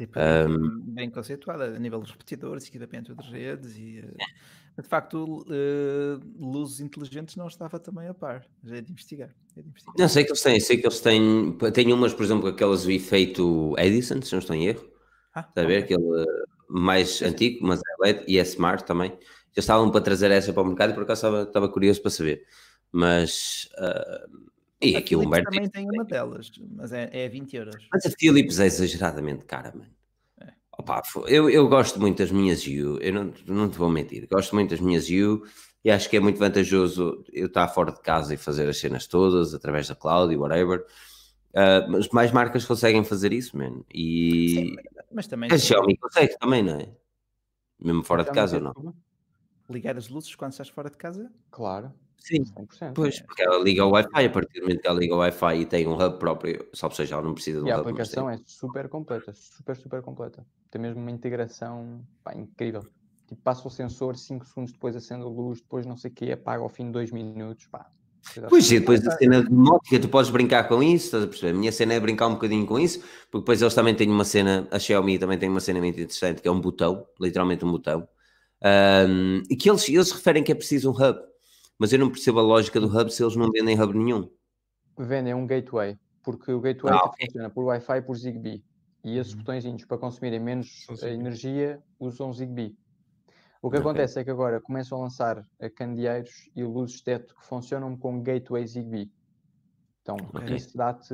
Bem conceituada a nível dos repetidores, equipamento de redes e... De facto, luzes inteligentes não estava também a par. Já é de investigar. Não, sei que eles têm umas, por exemplo, aquelas do efeito Edison, se não estou em erro. Está a ver? Aquele mais antigo, mas é LED e é smart também. Já estavam para trazer essa para o mercado e por acaso estava curioso para saber. Mas... e a aqui o Humberto também tem uma delas, mas é 20 euros. Mas a Philips é exageradamente cara, mano. Opa, eu gosto muito das minhas U, eu não te vou mentir, gosto muito das minhas U e acho que é muito vantajoso eu estar fora de casa e fazer as cenas todas através da cloud e whatever. Mas mais marcas conseguem fazer isso, mano. E sim, mas também a Xiaomi consegue também, não é? Mesmo fora de casa ou não? Ligar as luzes quando estás fora de casa? Claro. Sim, 100%. Pois, porque ela liga ao Wi-Fi, a partir do momento que ela liga ao Wi-Fi e tem um hub próprio, só seja, ela não precisa de um hub. E a aplicação é super completa, super completa. Tem mesmo uma integração incrível. Tipo, passa o sensor, 5 segundos depois acende a luz, depois não sei o quê, apaga ao fim de 2 minutos, pá. Pois, e depois a cena de mótica, tu podes brincar com isso, estás a perceber? A minha cena é brincar um bocadinho com isso, porque depois eles também têm uma cena, a Xiaomi também tem uma cena muito interessante, que é um botão, literalmente um botão, e que eles referem que é preciso um hub, mas eu não percebo a lógica do hub se eles não vendem hub nenhum. Vendem um gateway, porque o gateway funciona por Wi-Fi e por Zigbee, e esses botõezinhos para consumirem menos energia usam Zigbee. O que acontece é que agora começam a lançar candeeiros e luzes teto que funcionam com gateway Zigbee. Então, isso dá-te...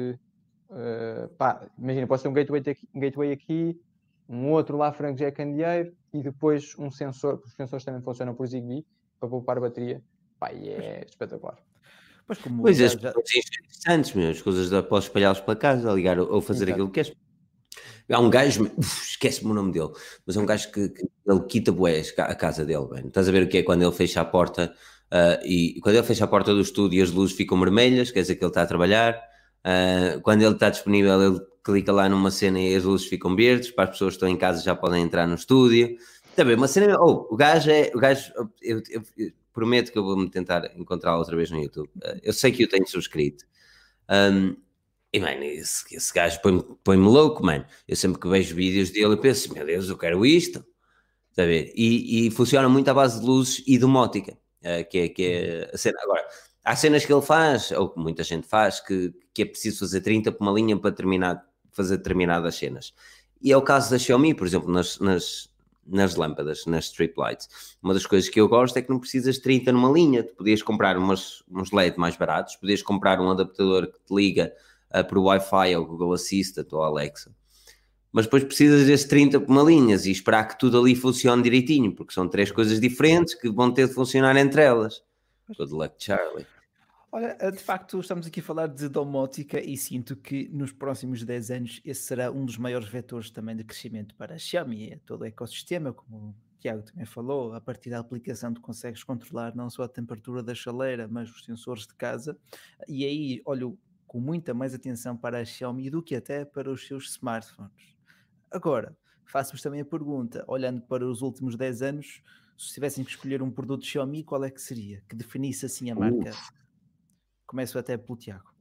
imagina, pode ser um gateway aqui, um outro lá franco já é candeeiro e depois um sensor, porque os sensores também funcionam por Zigbee, para poupar bateria. E é espetacular. Pois as coisas interessantes, as coisas podes espalhá-los para casa, ligar ou fazer aquilo que queres. Há um gajo, esquece-me o nome dele, mas é um gajo que ele quita bués a casa dele, bem. Estás a ver o que é quando ele fecha a porta e quando ele fecha a porta do estúdio e as luzes ficam vermelhas, quer dizer que ele está a trabalhar. Quando ele está disponível, ele clica lá numa cena e as luzes ficam verdes, para as pessoas que estão em casa já podem entrar no estúdio. Também uma cena, o gajo eu prometo que eu vou-me tentar encontrá-lo outra vez no YouTube. Eu sei que eu tenho subscrito. E, mano, esse gajo põe-me louco, mano. Eu sempre que vejo vídeos dele, eu penso, meu Deus, eu quero isto. Está a ver? E funciona muito à base de luzes e domótica, que é a cena. Agora, há cenas que ele faz, ou que muita gente faz, que é preciso fazer 30 por uma linha para fazer determinadas cenas. E é o caso da Xiaomi, por exemplo, nas lâmpadas, nas strip lights. Uma das coisas que eu gosto é que não precisas de 30 numa linha. Tu podias comprar uns LED mais baratos, podias comprar um adaptador que te liga por Wi-Fi ou Google Assistant ou Alexa. Mas depois precisas desses 30 por uma linha e esperar que tudo ali funcione direitinho, porque são 3 coisas diferentes que vão ter de funcionar entre elas. Good luck, Charlie. Olha, de facto, estamos aqui a falar de domótica e sinto que nos próximos 10 anos esse será um dos maiores vetores também de crescimento para a Xiaomi, todo o ecossistema, como o Tiago também falou, a partir da aplicação tu consegues controlar não só a temperatura da chaleira, mas os sensores de casa, e aí olho com muita mais atenção para a Xiaomi do que até para os seus smartphones. Agora, faço-vos também a pergunta, olhando para os últimos 10 anos, se tivessem que escolher um produto Xiaomi, qual é que seria? Que definisse assim a marca? Começo até pelo Tiago.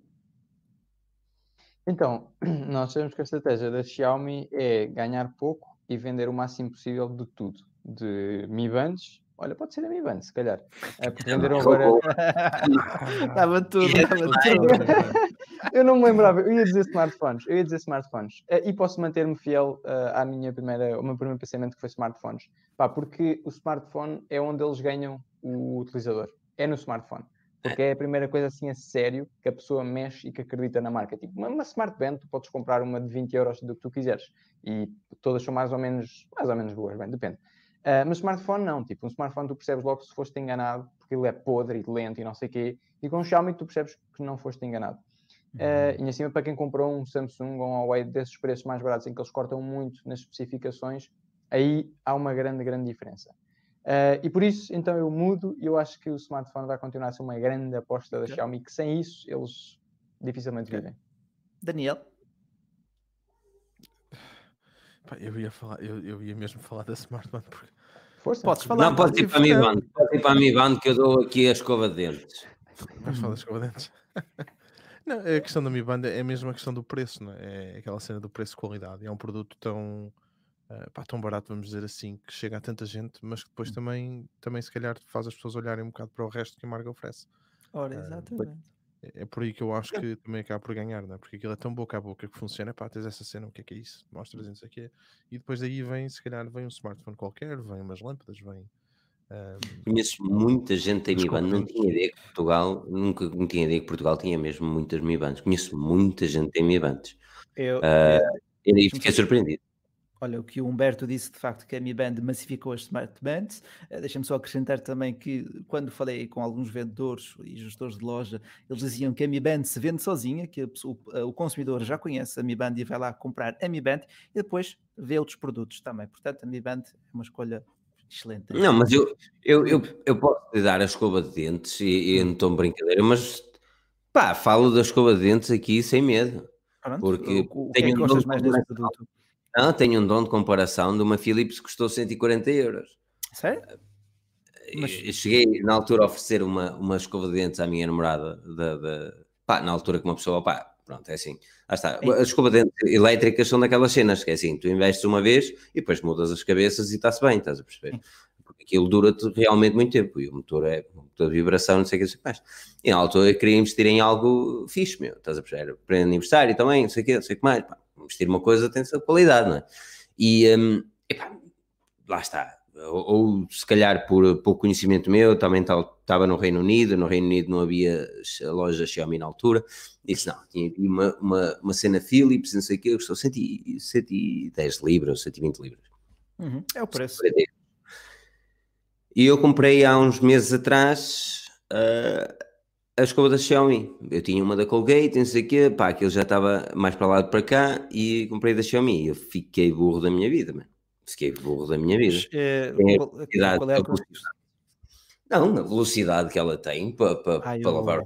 Então, nós sabemos que a estratégia da Xiaomi é ganhar pouco e vender o máximo possível de tudo. De Mi Bands, olha, pode ser a Mi Band, se calhar. Porque venderam agora... Estava tudo. Eu não me lembrava, eu ia dizer smartphones. E posso manter-me fiel ao meu primeiro pensamento, que foi smartphones. Porque o smartphone é onde eles ganham o utilizador. é no smartphone. Porque é a primeira coisa assim a sério que a pessoa mexe e que acredita na marca. Tipo, uma Smart Band, tu podes comprar uma de 20 euros do que tu quiseres. E todas são mais ou menos boas, bem, depende. Mas smartphone não. Tipo, um smartphone tu percebes logo se foste enganado, porque ele é podre e lento e não sei o quê. E com um Xiaomi tu percebes que não foste enganado. E acima, para quem comprou um Samsung ou um Huawei desses preços mais baratos, em que eles cortam muito nas especificações, aí há uma grande, grande diferença. E por isso, então, eu mudo e eu acho que o smartphone vai continuar a ser uma grande aposta da Xiaomi, que sem isso eles dificilmente vivem. Daniel? Pá, eu ia mesmo falar da smartphone porque... Força. Podes falar. Não, pode ir para a Mi Band. Pode ir para a Mi Band que eu dou aqui a escova de dentes. Vais falar da escova de dentes? Não, a questão da Mi Band é mesmo a questão do preço, não é? É aquela cena do preço-qualidade. É um produto tão barato, vamos dizer assim, que chega a tanta gente, mas que depois também se calhar faz as pessoas olharem um bocado para o resto que a marca oferece. Ora, exatamente. É por aí que eu acho que também acaba por ganhar, não é? Porque aquilo é tão boca a boca que funciona. Pá, tens essa cena, o que é isso? Mostras e não sei o quê. E depois daí vem, se calhar, vem um smartphone qualquer, vem umas lâmpadas, vem... Conheço muita gente em Mi Band, não tinha ideia que Portugal, nunca tinha ideia que Portugal tinha mesmo muitas Mi Bands. Conheço muita gente em Mi Bands. E fiquei surpreendido. Olha, o que o Humberto disse, de facto, que a Mi Band massificou as Smart Bands. Deixa-me só acrescentar também que, quando falei com alguns vendedores e gestores de loja, eles diziam que a Mi Band se vende sozinha, que o consumidor já conhece a Mi Band e vai lá comprar a Mi Band e depois vê outros produtos também. Portanto, a Mi Band é uma escolha excelente. Não, mas eu posso lhe dar a escova de dentes e não estou em brincadeira, mas pá, falo da escova de dentes aqui sem medo. Pronto, Porque o que é que gostas mais nesse produto? Não, tenho um dom de comparação de uma Philips que custou 140 euros. Sério? Mas... Cheguei na altura a oferecer uma escova de dentes à minha namorada, na altura que uma pessoa, pronto, é assim, lá está. As escovas de dentes elétricas são daquelas cenas que é assim, tu investes uma vez e depois mudas as cabeças e está-se bem, estás a perceber? Porque aquilo dura-te realmente muito tempo e o motor é um motor de vibração, não sei o que mais. E na altura eu queria investir em algo fixe, meu, estás a perceber? Para aniversário também, não sei o que mais, investir uma coisa tem de ser de qualidade, não é? E, lá está. Ou se calhar por pouco conhecimento meu, também estava no Reino Unido não havia loja Xiaomi na altura, disse não, tinha uma cena Philips, não sei o que, custou 110 libras, 120 libras. É o preço. E eu comprei há uns meses atrás a escova da Xiaomi. Eu tinha uma da Colgate, não sei o quê, aquilo já estava mais para lá de para cá e comprei da Xiaomi. Eu fiquei burro da minha vida, mano. Fiquei burro da minha vida. Qual é a Não, a velocidade que ela tem para lavar.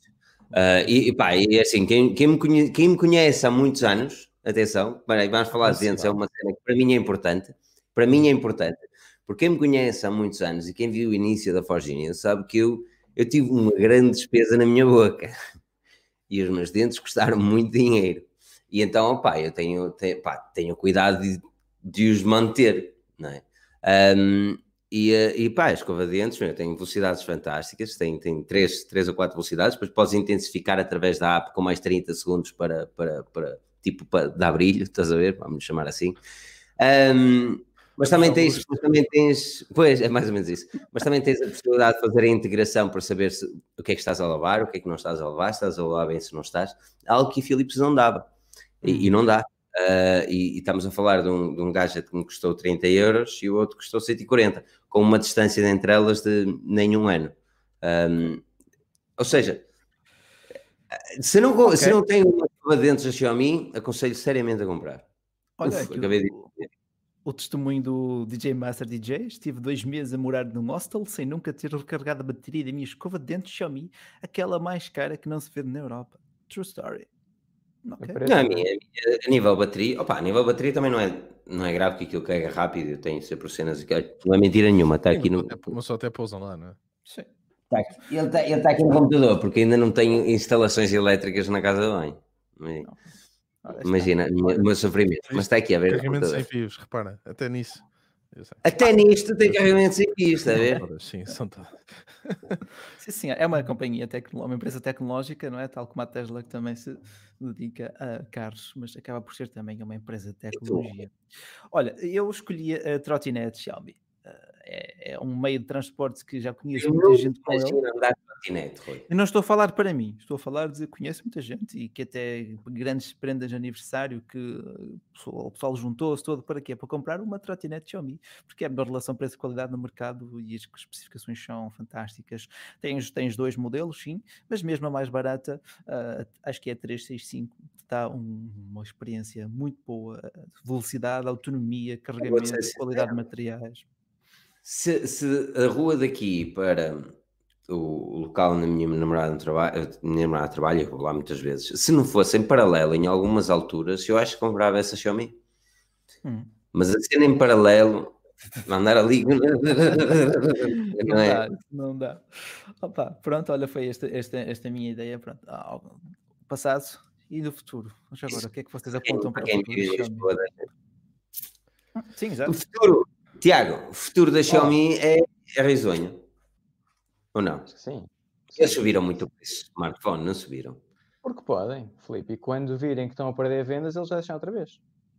E assim, quem me conhece há muitos anos, atenção, vamos falar de dentes, é uma cena que para mim é importante. Para mim é importante, porque quem me conhece há muitos anos e quem viu o início da Forginha sabe que eu tive uma grande despesa na minha boca e os meus dentes custaram muito dinheiro. E então, eu tenho cuidado de os manter, não é? A escova de dentes, tem velocidades fantásticas, tem 3 ou 4 velocidades, depois podes intensificar através da app com mais 30 segundos para dar brilho, estás a ver? Vamos chamar assim. Mas também tens, pois, é mais ou menos isso, mas também tens a possibilidade de fazer a integração para saber o que é que estás a lavar, o que é que não estás a lavar, estás a lavar bem se não estás, algo que a Philips não dava, e não dá. E estamos a falar de um gadget que me custou 30 euros e o outro custou 140, com uma distância entre elas de nem um ano. Ou seja, se não tem uma escova de dentes da Xiaomi, aconselho seriamente a comprar. Olha, acabei de o testemunho do DJ Master DJ. Estive 2 meses a morar num hostel sem nunca ter recarregado a bateria da minha escova de dentes Xiaomi, aquela mais cara que não se vê na Europa. True story. Okay. Não, a nível bateria, a nível bateria também não é grave, que aquilo carrega rápido, eu tenho sempre cenas, não é mentira nenhuma, está aqui no... Mas só até pousam lá, não é? Sim. Ele está aqui no computador, porque ainda não tenho instalações elétricas na casa de banho. Imagina, o meu sofrimento, mas está aqui a ver. Carregamento sem fios, repara, até nisso. Até nisto tem carregamento sem fios, está a ver? Sim, são todas. Sim, é uma companhia uma empresa tecnológica, não é? Tal como a Tesla, que também se dedica a carros, mas acaba por ser também uma empresa de tecnologia. Olha, eu escolhi a trotinete Xiaomi. é um meio de transporte que já conheço muita gente com ele. Andar de patinete, Rui. Eu não estou a falar para mim, estou a falar de conheço muita gente e que até grandes prendas de aniversário que o pessoal juntou-se todo para quê? Para comprar uma trotinete Xiaomi, porque é a melhor relação preço-qualidade no mercado e as especificações são fantásticas. Tens 2 modelos, sim, mas mesmo a mais barata, acho que é a 365, dá uma experiência muito boa, velocidade, autonomia, carregamento, qualidade de materiais. Se a rua daqui para o local onde a minha namorada trabalha, eu vou lá muitas vezes, se não fosse em paralelo em algumas alturas, eu acho que comprava essa Xiaomi. Mas a cena em paralelo, andar ali... Não dá. Opa, pronto, olha, foi esta minha ideia. Pronto. Passado e no futuro. Mas agora, o que é que vocês apontam para o futuro? Sim, exato. O futuro... Tiago, o futuro da Xiaomi é risonho. Ou não? Acho que sim. Eles subiram muito o preço do smartphone, não subiram? Porque podem, Filipe. E quando virem que estão a perder vendas, eles já deixam outra vez.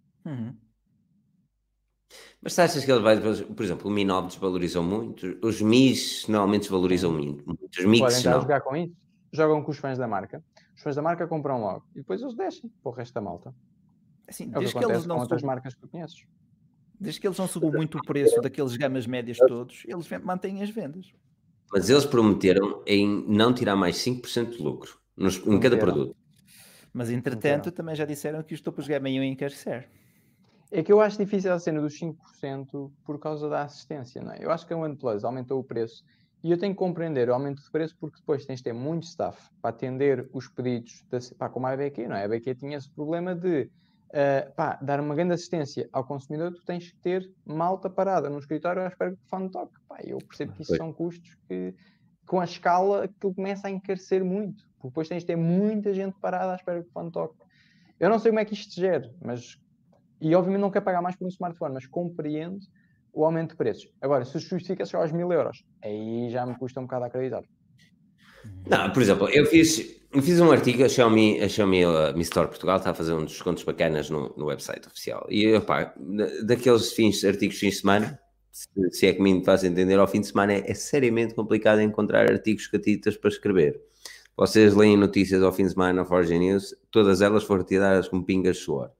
Mas tu achas que ele vai... Por exemplo, o Mi 9 desvalorizou muito. Os Mis normalmente desvalorizam muito. Os Mix podem estar não. A jogar com isso. Jogam com os fãs da marca. Os fãs da marca compram logo. E depois eles deixam para o resto da malta. Assim, é o que acontece com outras marcas que tu conheces. Desde que eles não subam muito o preço daqueles gamas médias todos, eles mantêm as vendas. Mas eles prometeram em não tirar mais 5% de lucro em cada produto. Mas entretanto também já disseram que os topos de gama iam encarecer. É que eu acho difícil a cena dos 5% por causa da assistência, não é? Eu acho que a OnePlus aumentou o preço e eu tenho que compreender o aumento de preço porque depois tens de ter muito staff para atender os pedidos, como a ABQ, não é? A ABQ tinha esse problema de dar uma grande assistência ao consumidor, tu tens que ter malta parada no escritório à espera que o telefone toque. Eu percebo que isso são custos que, com a escala, aquilo começa a encarecer muito. Porque depois tens de ter muita gente parada à espera que o telefone toque. Eu não sei como é que isto se gera, e obviamente não quero pagar mais por um smartphone, mas compreendo o aumento de preços. Agora, se justifica chegar aos 1.000 euros, aí já me custa um bocado a acreditar. Não, por exemplo, eu fiz um artigo, a Xiaomi Mi Store Portugal está a fazer uns descontos bacanas no website oficial. E, daqueles artigos de fim de semana, se é que me faz entender, ao fim de semana é seriamente complicado encontrar artigos catitas para escrever. Vocês leem notícias ao fim de semana na Forge News, todas elas foram tiradas com pingas de suor.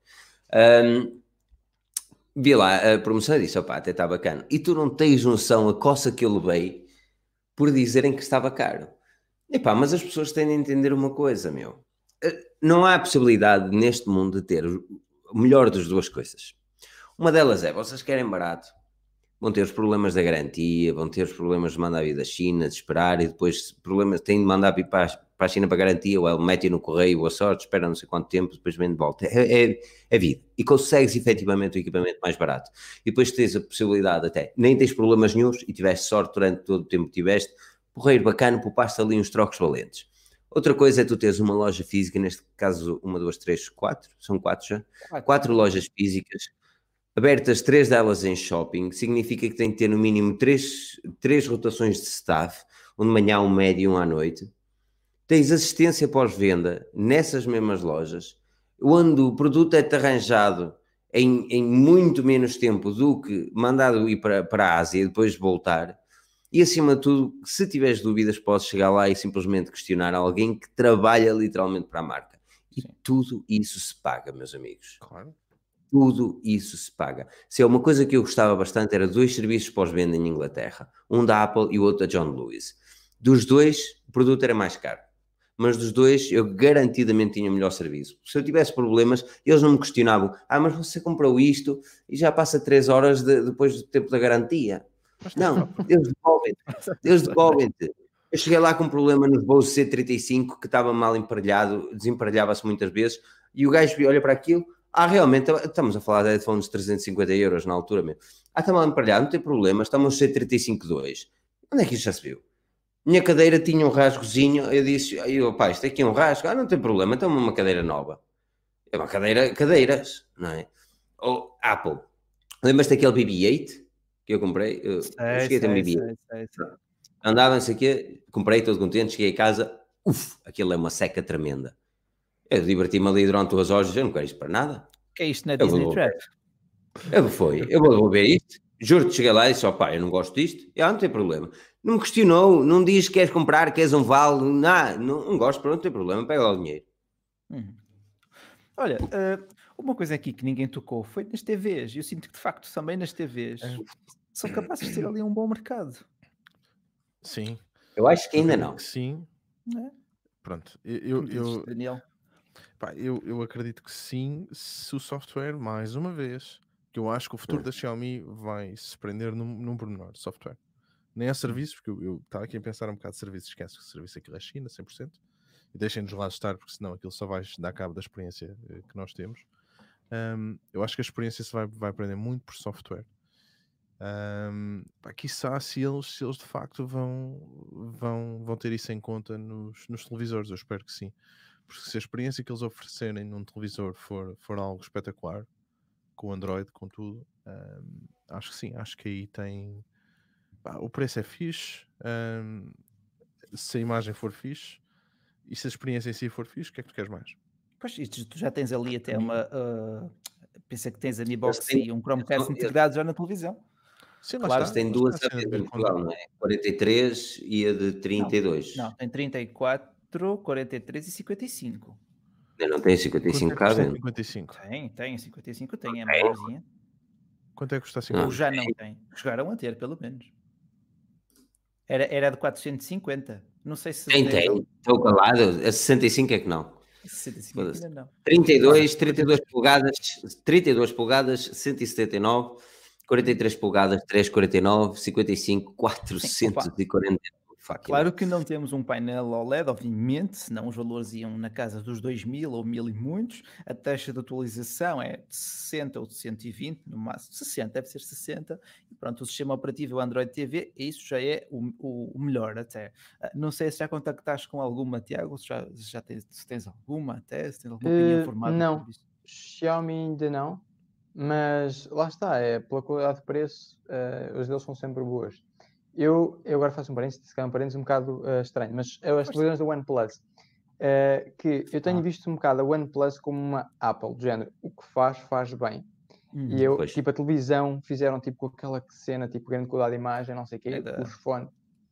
Vi lá a promoção e disse, até está bacana. E tu não tens noção a coça que eu levei por dizerem que estava caro. Mas as pessoas têm de entender uma coisa, meu. Não há possibilidade neste mundo de ter o melhor das duas coisas. Uma delas é, vocês querem barato, vão ter os problemas da garantia, vão ter os problemas de mandar vir da China, de esperar, e depois problemas, têm de mandar vir para a China para garantia, ou metem no correio, boa sorte, espera não sei quanto tempo, depois vem de volta. É vida. E consegues efetivamente o equipamento mais barato. E depois tens a possibilidade até, nem tens problemas nenhuns e tiveste sorte durante todo o tempo que tiveste, porreiro bacana, poupaste ali uns trocos valentes. Outra coisa é tu teres uma loja física, neste caso 1, 2, 3, 4, são 4 já, 4 lojas físicas, abertas 3 delas em shopping, significa que tem que ter no mínimo 3 rotações de staff, um de manhã, um médio e um à noite. Tens assistência pós-venda nessas mesmas lojas, onde o produto é-te arranjado em muito menos tempo do que mandado ir para a Ásia e depois voltar. E, acima de tudo, se tiveres dúvidas, podes chegar lá e simplesmente questionar alguém que trabalha literalmente para a marca. E tudo isso se paga, meus amigos. Claro. Tudo isso se paga. Se é uma coisa que eu gostava bastante, era 2 serviços pós-venda em Inglaterra. Um da Apple e o outro da John Lewis. Dos 2, o produto era mais caro. Mas dos 2, eu garantidamente tinha o melhor serviço. Se eu tivesse problemas, eles não me questionavam. Mas você comprou isto e já passa 3 horas depois do tempo da garantia. Não, eles devolvem-te. Eu cheguei lá com um problema nos Bose C35 que estava mal emparelhado, desemparelhava-se muitas vezes, e o gajo olha para aquilo, realmente, estamos a falar de headphones de 350 euros na altura mesmo. Está mal emparelhado, não tem problema, estamos no C35-2. Onde é que isto já se viu? Minha cadeira tinha um rasgozinho, eu disse, isto aqui é um rasgo, não tem problema, então uma cadeira nova. É uma cadeiras, não é? Ou Apple, lembras-te daquele BB-8? Que eu comprei, eu cheguei a ter um BB. Andava-se aqui, comprei todo contente, cheguei a casa, aquilo é uma seca tremenda. Eu diverti-me ali durante 2 horas, eu não quero isto para nada. Que é isto na Disney Trap? Eu vou devolver isto, Juro-te, cheguei lá e disse, pá, eu não gosto disto. Não tem problema. Não me questionou, não diz que queres comprar, queres um vale, não gosto, pronto, não tem problema, pega lá o dinheiro. Olha, uma coisa aqui que ninguém tocou foi nas TVs. Eu sinto que, de facto, também nas TVs são capazes de ter ali um bom mercado. Sim. Eu acho que ainda não. Sim. É? Pronto. Daniel? Eu acredito que sim, se o software, mais uma vez, que eu acho que o futuro da Xiaomi vai se prender num pormenor, software. Nem é serviços, porque eu estava aqui a pensar um bocado de serviços, esquece que o serviço aquilo é China, 100%, e deixem-nos lá estar, porque senão aquilo só vai dar cabo da experiência que nós temos. Eu acho que a experiência se vai prender muito por software. Quiçá se eles de facto vão ter isso em conta nos televisores, eu espero que sim. Porque se a experiência que eles oferecerem num televisor for algo espetacular, com o Android, com tudo, acho que sim, acho que aí tem... o preço é fixe, se a imagem for fixe, e se a experiência em si for fixe, o que é que tu queres mais? Pois, e tu já tens ali até uma... pensa que tens a Mi Box e um Chromecast integrado já na televisão. Sim, claro, tem duas em Portugal, não é? 43 e a de 32. Não, tem 34, 43 e 55. Não tem 55 cá dentro? 55? Tem 55, tem, é maiorzinha. Quanto é que custa 55? Ou já não tem. Chegaram a ter, pelo menos. Era de 450. Não sei se... Tem. Estou calado. A 65 é que não. 65 ainda não. 32 polegadas, 179. 43 polegadas, 349, 55, 440. Claro que não temos um painel OLED, obviamente, senão os valores iam na casa dos 2.000 ou 1.000 e muitos. A taxa de atualização é de 60 ou de 120, no máximo 60, deve ser 60. E pronto, o sistema operativo é o Android TV, e isso já é o melhor até. Não sei se já contactaste com alguma, Tiago, se tens alguma até, se tens alguma opinião formada. Não, Xiaomi ainda não, mas lá está, pela qualidade de preço, os deles são sempre boas. Eu agora faço um parênteses, se calhar um parênteses um bocado estranho, mas as televisões da OnePlus, que eu tenho visto um bocado a OnePlus como uma Apple, do género, o que faz bem. E eu, tipo, a televisão fizeram tipo com aquela cena, tipo, grande qualidade de imagem, não sei o quê, os fones.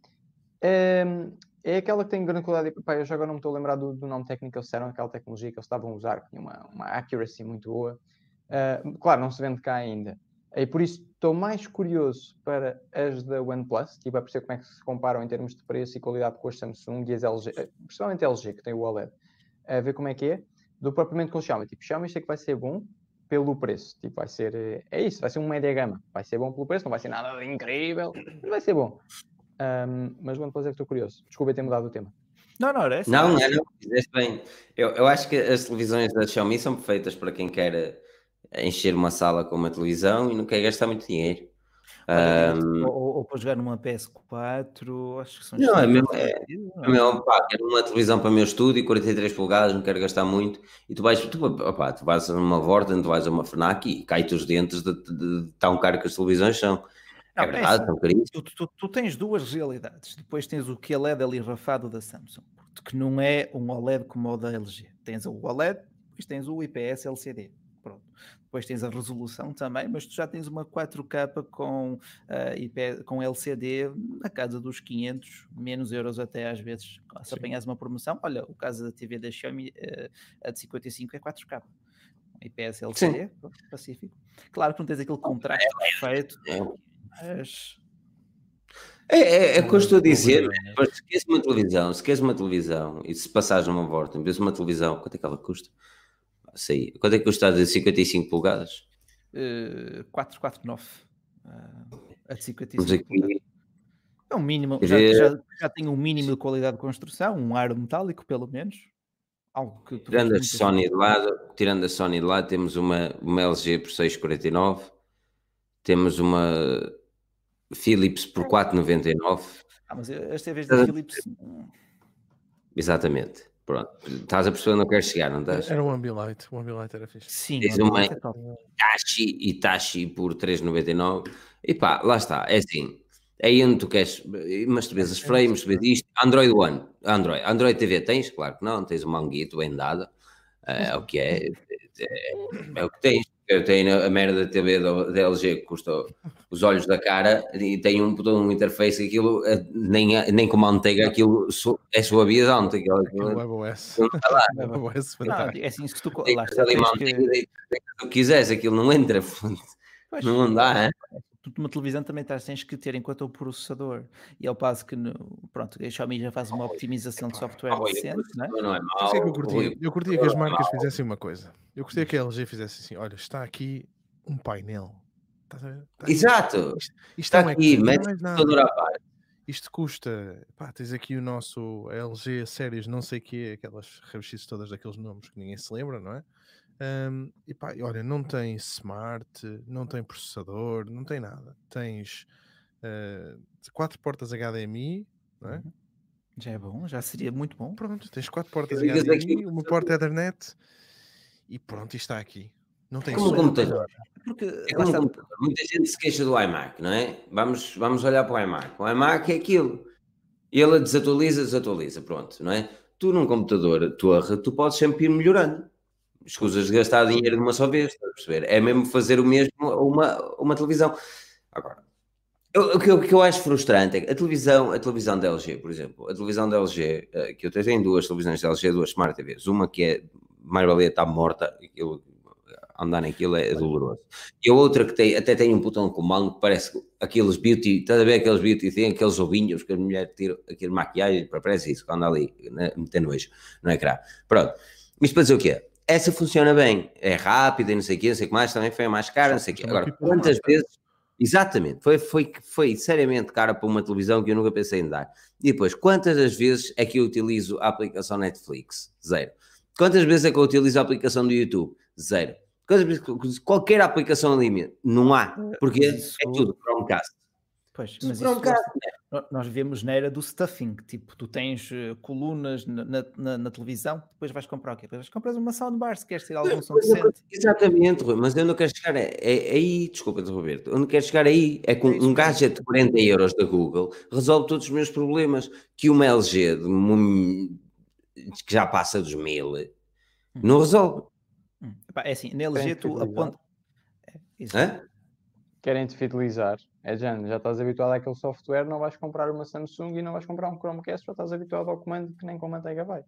É aquela que tem grande qualidade de... eu já agora não me estou a lembrar do nome técnico que eles disseram, aquela tecnologia que eles estavam a usar, que tinha uma accuracy muito boa. Claro, não se vende cá ainda. E por isso estou mais curioso para as da OnePlus, tipo, a perceber como é que se comparam em termos de preço e qualidade com as Samsung e as LG, principalmente a LG, que tem o OLED, a ver como é que é, do propriamente com o Xiaomi. Tipo, Xiaomi sei que vai ser bom pelo preço, tipo, vai ser, vai ser um média gama, vai ser bom pelo preço, não vai ser nada incrível, mas vai ser bom. Mas o OnePlus é que estou curioso. Desculpa ter mudado o tema. Não, fizeste bem. Eu acho que as televisões da Xiaomi são perfeitas para quem quer encher uma sala com uma televisão e não quer gastar muito dinheiro. Ou para jogar numa PS4, acho que são... Não, é mesmo, quero uma televisão para o meu estúdio, 43 polegadas, não quero gastar muito. E tu vais a uma Vorten, tu vais a uma Fnac e cai-te os dentes de tão caro que as televisões são. Não, é verdade, são caríssimos. Tu tens duas realidades. Depois tens o QLED ali rafado da Samsung, que não é um OLED como o da LG. Tens o OLED, depois tens o IPS LCD. Pronto. Depois tens a resolução também, mas tu já tens uma 4K com LCD na casa dos 500, menos euros até às vezes. Se apanhas uma promoção, olha, o caso da TV da Xiaomi, a de 55 é 4K. IPS LCD, pronto, pacífico. Claro que não tens aquele contraste perfeito, mas... É o que eu estou a dizer. Se queres uma televisão, e se passares numa Vorten, vês uma televisão, quanto é que ela custa? Sei. Quanto é que custa a de 55 polegadas? 449. A de 55 polegadas. É um mínimo. Já tem um mínimo de qualidade de construção, um aro metálico, pelo menos. Algo que tirando a Sony de lado, temos uma LG por 6,49. Temos uma Philips por 4,99. Mas as TVs da Philips... Exatamente. Pronto, estás a perceber onde eu quero chegar, não estás? Era o Ambilight era fixe. Sim, tens uma Hitachi por 3,99 e pá, lá está, é assim, aí onde tu queres, mas tu vês as frames, tu vês isto, Android One, Android TV tens? Claro que não, tens uma manguito bem dada, é o que é o que tens, Eu tenho a merda da TV da LG que custa os olhos da cara e tem um interface, aquilo nem com manteiga, aquilo é suavizante. Aquilo WebOS. É assim, se tu lá está, tens que tu quiseres, aquilo não entra. Não dá, é? Tu numa televisão também tens que ter em conta o processador, e ao passo que pronto, a Xiaomi já faz uma optimização de software decente, não é? Eu curtia que as marcas fizessem uma coisa. Eu curtia que a LG fizesse assim: olha, está aqui um painel. Exato! Isto está aqui, mete o computador à parte. Isto custa, tens aqui o nosso LG séries, não sei o quê, aquelas revistas todas daqueles nomes que ninguém se lembra, não é? Olha, não tem smart, não tem processador, não tem nada. Tens 4 portas HDMI, não é? Já é bom, já seria muito bom. Pronto, tens 4 portas HDMI, uma porta Ethernet e pronto, está aqui. Não tem como computador. Muita gente se queixa do iMac, não é? Vamos olhar para o iMac. O iMac é aquilo. Ele desatualiza, pronto, não é? Tu num computador, tu podes sempre ir melhorando. Escusas de gastar dinheiro de uma só vez, estás a perceber? É mesmo fazer o mesmo a uma televisão. Agora, o que eu acho frustrante é que a televisão da LG, por exemplo, a televisão da LG, que eu tenho 2 televisões da LG, 2 Smart TVs, uma que é mais valia está morta, andar naquilo é doloroso. E a outra que até tem um botão de comando que parece aqueles beauty, estás a ver aqueles beauty, tem aqueles ovinhos que as mulheres tiram aquele maquiagem, parece isso, que anda ali, meter nojo no ecrã. Pronto. Isto para dizer o quê? Essa funciona bem, é rápida e não sei o quê, não sei o que mais, também foi a mais cara, não sei o quê. Agora, quantas vezes... Exatamente, foi seriamente cara para uma televisão que eu nunca pensei em dar. E depois, quantas das vezes é que eu utilizo a aplicação Netflix? 0. Quantas vezes é que eu utilizo a aplicação do YouTube? 0. Quantas vezes, qualquer aplicação ali, não há, porque é tudo Chromecast. Pois, mas nós vemos na era do stuffing, tipo, tu tens colunas na televisão, depois vais comprar o quê? Depois vais comprar uma soundbar se queres ter algum som decente. Exatamente, Rui, mas eu não quero chegar aí, desculpa Roberto, eu não quero chegar aí, é com um gadget de 40 euros da Google, resolve todos os meus problemas, que uma LG que já passa dos 1000, não resolve. É assim, na LG tu aponta... Querem-te fidelizar. Já estás habituado àquele software, não vais comprar uma Samsung e não vais comprar um Chromecast, já estás habituado ao comando que nem com manteiga vai.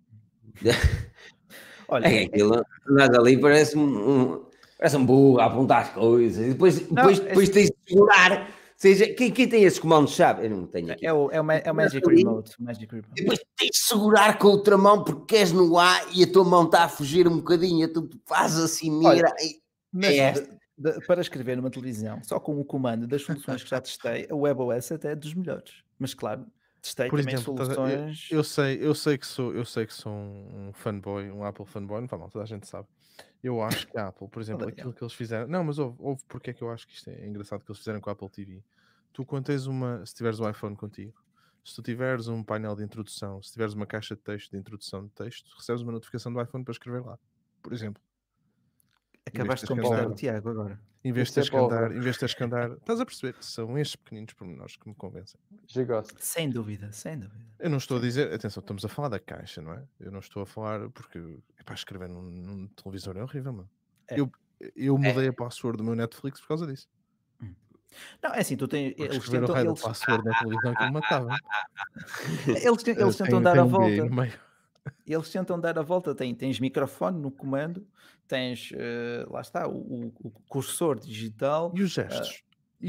Olha, aquilo, nada ali parece um burro a apontar as coisas, e depois tens de segurar. Seja, quem tem esses comandos-chave? Eu não tenho aqui. É o Magic Remote. E depois tens de segurar com a outra mão porque queres no ar e a tua mão está a fugir um bocadinho, então tu fazes assim, mira. Para escrever numa televisão, só com o comando das soluções que já testei, a WebOS até é dos melhores. Mas claro, testei por também exemplo, soluções... Eu sei que sou um fanboy, um Apple fanboy, não fala mal, toda a gente sabe. Eu acho que a Apple, por exemplo, aquilo que eles fizeram... Não, mas houve porque é que eu acho que isto é engraçado que eles fizeram com a Apple TV. Tu, quando tens se tiveres o iPhone contigo, se tu tiveres um painel de introdução, se tiveres uma caixa de texto de introdução de texto, recebes uma notificação do iPhone para escrever lá, por exemplo. Acabaste de conquistar o Tiago agora. Em vez de teres que andar, estás a perceber? São estes pequeninos pormenores que me convencem. Sem dúvida. Eu não estou a dizer, atenção, estamos a falar da caixa, não é? Eu não estou a falar porque escrever num televisor é horrível, mano. Eu mudei a password do meu Netflix por causa disso. Não, é assim, tu tens... Escrever o raio da password na televisão que me matava. Eles tentam dar a volta. Eles tentam dar a volta, tens microfone no comando, tens, lá está, o cursor digital. E os gestos?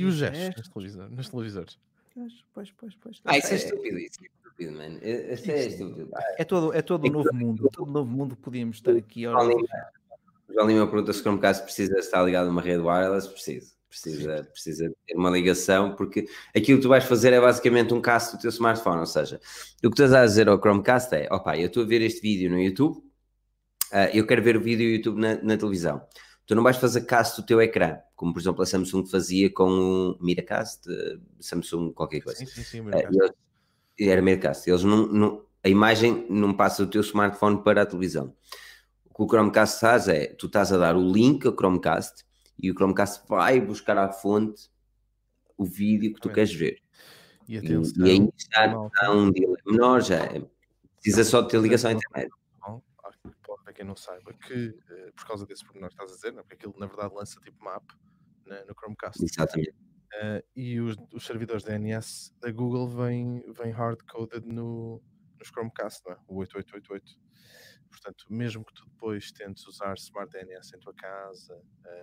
Nos televisores? Pois. Isso é estúpido, mano. Isso é estúpido. É todo um novo mundo. Todo um novo mundo que podíamos estar aqui. O João Lima pergunta se o Chromecast precisa estar ligado a uma rede wireless. Precisa ter uma ligação, porque aquilo que tu vais fazer é basicamente um cast do teu smartphone, ou seja, o que tu estás a dizer ao Chromecast é, eu estou a ver este vídeo no YouTube, eu quero ver o vídeo do YouTube na televisão. Tu não vais fazer cast do teu ecrã, como por exemplo a Samsung fazia com o Miracast, Samsung qualquer coisa. Sim, era Miracast. Eles a imagem não passa do teu smartphone para a televisão. O que o Chromecast faz é, tu estás a dar o link ao Chromecast e o Chromecast vai buscar à fonte o vídeo que tu queres ver. E aí já está um delay menor, precisa só de ter ligação à internet. Pode ver quem não saiba, que por causa desse pormenor que estás a dizer, não? Porque aquilo na verdade lança tipo uma app no Chromecast. Exatamente. E os servidores DNS da Google vêm hard-coded nos Chromecast, não é? O 8888. Portanto, mesmo que tu depois tentes usar Smart DNS em tua casa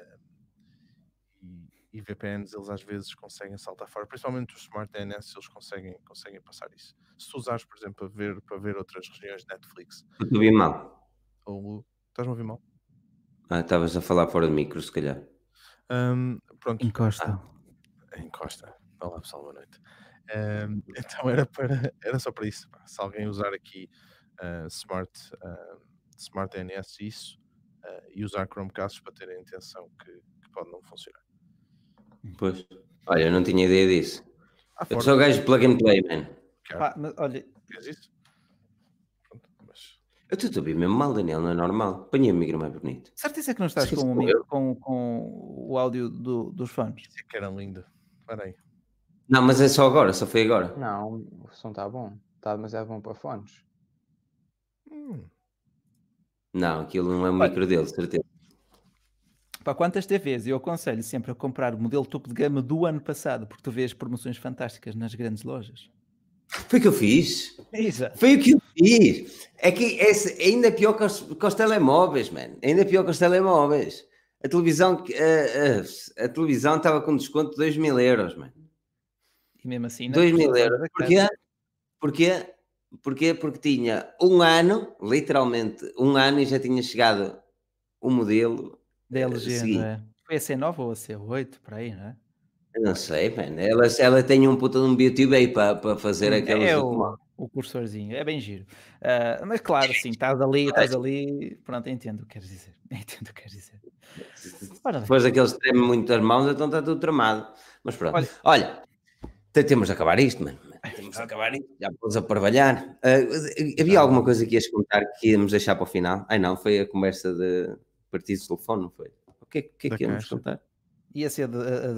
e VPNs, eles às vezes conseguem saltar fora, principalmente os Smart DNS, eles conseguem passar isso. Se tu usares, por exemplo, para ver outras regiões de Netflix. Eu te ouvi mal. Estás-me a ouvir mal? Estavas a falar fora do micro, se calhar. Pronto. Encosta. Olá pessoal, boa noite. Então era só para isso. Se alguém usar aqui Smart DNS e usar Chromecasts para terem a intenção que pode não funcionar. Pois. Olha, eu não tinha ideia disso. Eu sou gajo de plug and play, man. Mas olha... Queres isso? Pronto, mas... Eu te ouvi mesmo mal, Daniel, não é normal. Põe o micro mais bonito. Certeza que não estás com o áudio dos fones? Isso é que era lindo. Espera aí. Não, mas é só agora, só foi agora. Não, o som está bom. Está demasiado bom para fones. Não, aquilo não é o micro dele, certeza. Para quantas TVs? Eu aconselho sempre a comprar o modelo topo de gama do ano passado, porque tu vês promoções fantásticas nas grandes lojas. Foi o que eu fiz. Exato. Foi o que eu fiz. É que ainda é pior que os telemóveis, man. Ainda é pior que os telemóveis. A televisão estava com desconto de 2.000 euros, man. E mesmo assim... 2.000 euros. Porquê? Porque tinha um ano, literalmente um ano, e já tinha chegado o modelo da LG, seguinte. Não é? Foi a C9 ou a C8, por aí, não é? Eu não sei, man. Ela tem um puta de um Beauty Bay para fazer aqueles... o cursorzinho, é bem giro. Mas claro, sim, estás ali, pronto, entendo o que queres dizer. Depois daqueles que tremem muito as mãos, então está tudo tramado. Mas pronto, olha temos de acabar isto, mano. Temos de acabar isto, já pôs a parvalhar. Havia alguma coisa que ias contar que íamos deixar para o final? Ai não, foi a conversa de partidos de telefone, não foi? O que é que íamos contar? Ia ser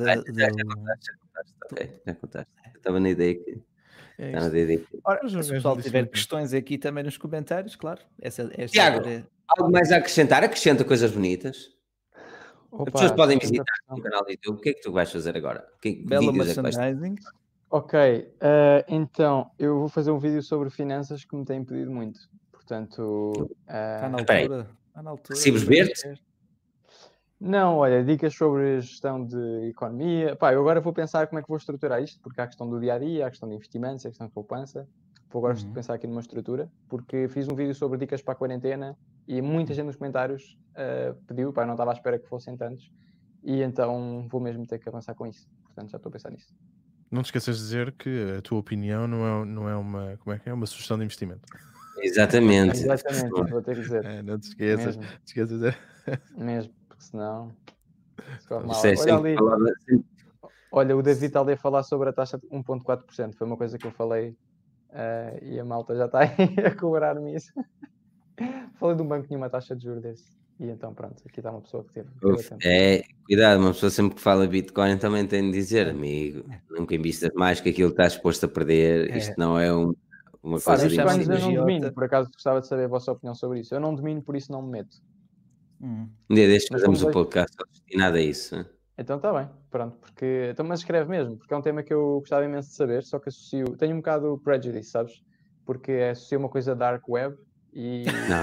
já contaste. Estava na ideia que... Ora, se o pessoal tiver questões aqui também nos comentários, claro. Tiago, algo mais a acrescentar? Acrescenta coisas bonitas. As pessoas podem visitar o canal do YouTube. O que é que tu vais fazer agora? Bela merchandising. Ok, então eu vou fazer um vídeo sobre finanças que me têm pedido muito. Portanto, está na altura. Recibos verdes? Não, olha, dicas sobre gestão de economia. Eu agora vou pensar como é que vou estruturar isto, porque há a questão do dia-a-dia, há a questão de investimentos, há a questão de poupança. Vou agora pensar aqui numa estrutura, porque fiz um vídeo sobre dicas para a quarentena e muita gente nos comentários pediu, não estava à espera que fossem tantos, e então vou mesmo ter que avançar com isso. Portanto, já estou a pensar nisso. Não te esqueças de dizer que a tua opinião não é uma... Como é que é? Uma sugestão de investimento. Exatamente. Vou ter que dizer. Não te esqueças. De dizer. Mesmo, porque senão... Olha, o David está ali a falar sobre a taxa de 1,4%. Foi uma coisa que eu falei e a malta já está aí a cobrar-me isso. Falei de um banco que tinha uma taxa de juros desse. E então, pronto, aqui está uma pessoa que teve. Cuidado, uma pessoa sempre que fala Bitcoin também tem de dizer, amigo, nunca invistas mais que aquilo que estás exposto a perder. Isto não é uma coisa de investimento. Eu não domino, por acaso gostava de saber a vossa opinião sobre isso. Eu não domino, por isso não me meto. Um dia destes fazemos o podcast destinado a isso. Então está bem, pronto, porque... Então, mas escreve mesmo, porque é um tema que eu gostava imenso de saber, só que associo... Tenho um bocado prejudice, sabes? Porque associo uma coisa dark web e...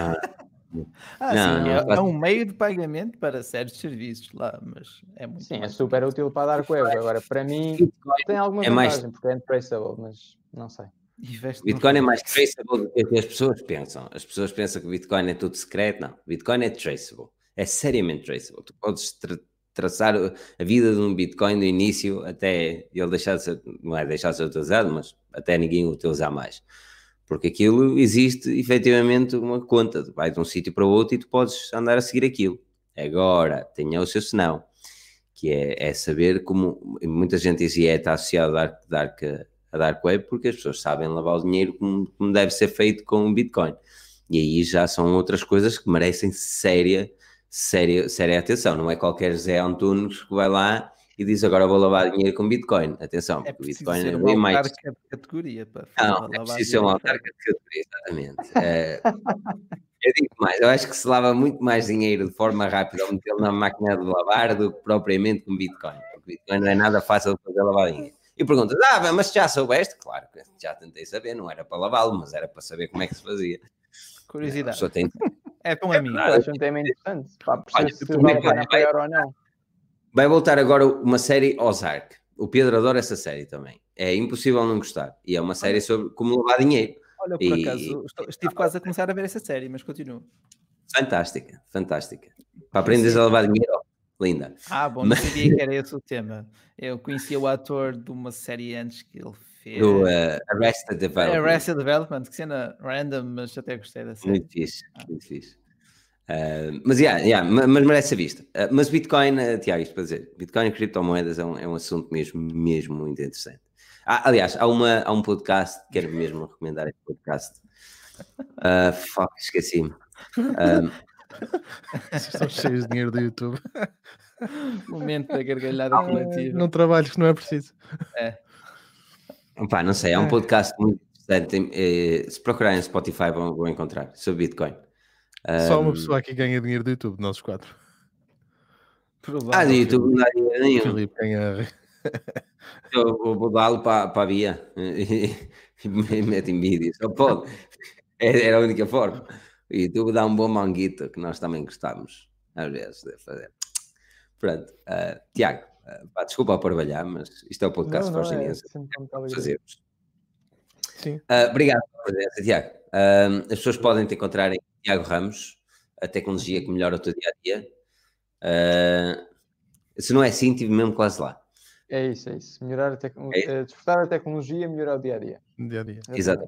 É um meio de pagamento para certos serviços lá, mas é muito... Sim, é super útil para a dark web. Agora, para mim, tem alguma vantagem, porque é untraceable, mas não sei. Bitcoin é mais traceable do que as pessoas pensam. As pessoas pensam que Bitcoin é tudo secreto. Não, Bitcoin é traceable. É seriamente traceable. Tu podes traçar a vida de um Bitcoin do início até ele deixar de ser, não é deixar de ser utilizado, mas até ninguém o utilizar mais. Porque aquilo existe efetivamente uma conta. Vai de um sítio para o outro e tu podes andar a seguir aquilo. Agora, tenha o seu senão, que é saber como muita gente dizia está associado a dark web porque as pessoas sabem lavar o dinheiro como deve ser feito com o Bitcoin. E aí já são outras coisas que merecem séria atenção. Não é qualquer Zé Antunes que vai lá e diz agora vou lavar dinheiro com Bitcoin. Atenção, porque o Bitcoin é bem mais... de categoria. Não, é preciso ser uma autarca de categoria, exatamente. Eu digo mais, eu acho que se lava muito mais dinheiro de forma rápida ao metê-lo na máquina de lavar do que propriamente com Bitcoin. Porque Bitcoin não é nada fácil de fazer lavar dinheiro. E perguntas, mas já soubeste? Claro que já tentei saber, não era para lavá-lo, mas era para saber como é que se fazia. Curiosidade. É com amigo. Acho um tema interessante. Se vale a pena pagar ou não. Vai voltar agora uma série Ozark. O Pedro adora essa série também. É impossível não gostar. E é uma série sobre como lavar dinheiro. Olha, por acaso, estive quase a começar a ver essa série, mas continuo. Fantástica. Para aprenderes a lavar dinheiro, linda. Bom, não sabia que era esse o tema. Eu conhecia o ator de uma série antes que ele fez. Do Arrested Development. Arrested Development, que cena random, mas até gostei da série. Muito fixe. Mas merece a vista. Mas Bitcoin, Tiago, isto para dizer, Bitcoin e criptomoedas é um assunto mesmo muito interessante. Aliás, há um podcast, quero mesmo recomendar este podcast. Esqueci-me. Estão cheios de dinheiro do YouTube. Momento da gargalhada coletiva. Num trabalho que não é preciso. Não sei, é um podcast muito interessante. Se procurarem no Spotify vão encontrar sobre Bitcoin. Só uma pessoa aqui ganha dinheiro do YouTube, nós 4. Do YouTube não dá dinheiro nenhum. Filipe ganha. Eu vou dá-lo para a Bia e mete em vídeos. Só pode. Era a única forma. O YouTube dá um bom manguito que nós também gostamos às vezes de fazer. Pronto, Tiago, desculpa por trabalhar, mas isto é o podcast Forginense. Fazemos. Sim. Obrigado pela presença, Tiago. As pessoas podem te encontrar em Tiago Ramos, a tecnologia que melhora o teu dia-a-dia. Se não é assim, estive mesmo quase lá. É isso. Melhorar a desfrutar a tecnologia, melhorar o dia-a-dia. Exato.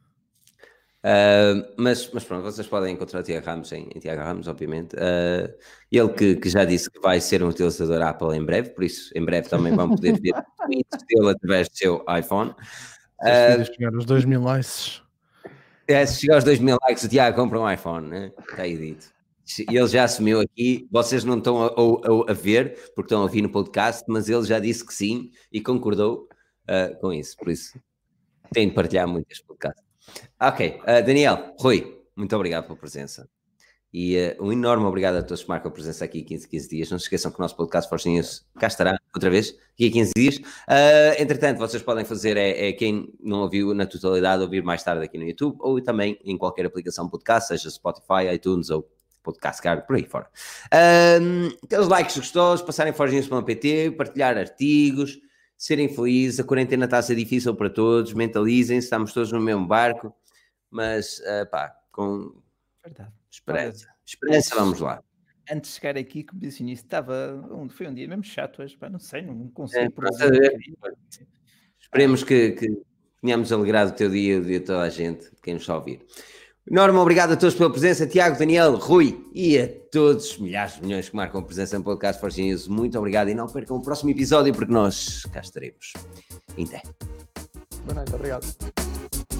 Mas pronto, vocês podem encontrar o Tiago Ramos em Tiago Ramos, obviamente. Ele que já disse que vai ser um utilizador Apple em breve, por isso em breve também vão poder ver tweets dele através do seu iPhone. Se chegar aos 2.000 likes. Se chegar aos 2.000 likes, o Tiago compra um iPhone, né? Está aí dito. Ele já assumiu aqui, vocês não estão a ver, porque estão a ouvir no podcast, mas ele já disse que sim e concordou com isso, por isso tem de partilhar muito este podcast. Ok, Daniel, Rui, muito obrigado pela presença e um enorme obrigado a todos que marcam a presença aqui 15 dias. Não se esqueçam que o nosso podcast Forge News cá estará outra vez, aqui a 15 dias. Entretanto, vocês podem fazer, quem não ouviu na totalidade, ouvir mais tarde aqui no YouTube ou também em qualquer aplicação podcast, seja Spotify, iTunes ou Podcast Card, por aí fora. Aqueles likes gostosos, passarem forgenews.pt, partilhar artigos, serem felizes. A quarentena está a ser difícil para todos, mentalizem-se, estamos todos no mesmo barco, mas com esperança, vamos lá. Antes de chegar aqui, como disse início, foi um dia mesmo chato hoje, não sei, não consigo. Esperemos que tenhamos alegrado o teu dia e o dia de toda a gente, quem nos está a ouvir. Enorme obrigado a todos pela presença, Tiago, Daniel, Rui e a todos os milhares de milhões que marcam a presença no podcast Forge News. Muito obrigado e não percam o próximo episódio porque nós cá estaremos. Até. Boa noite, obrigado.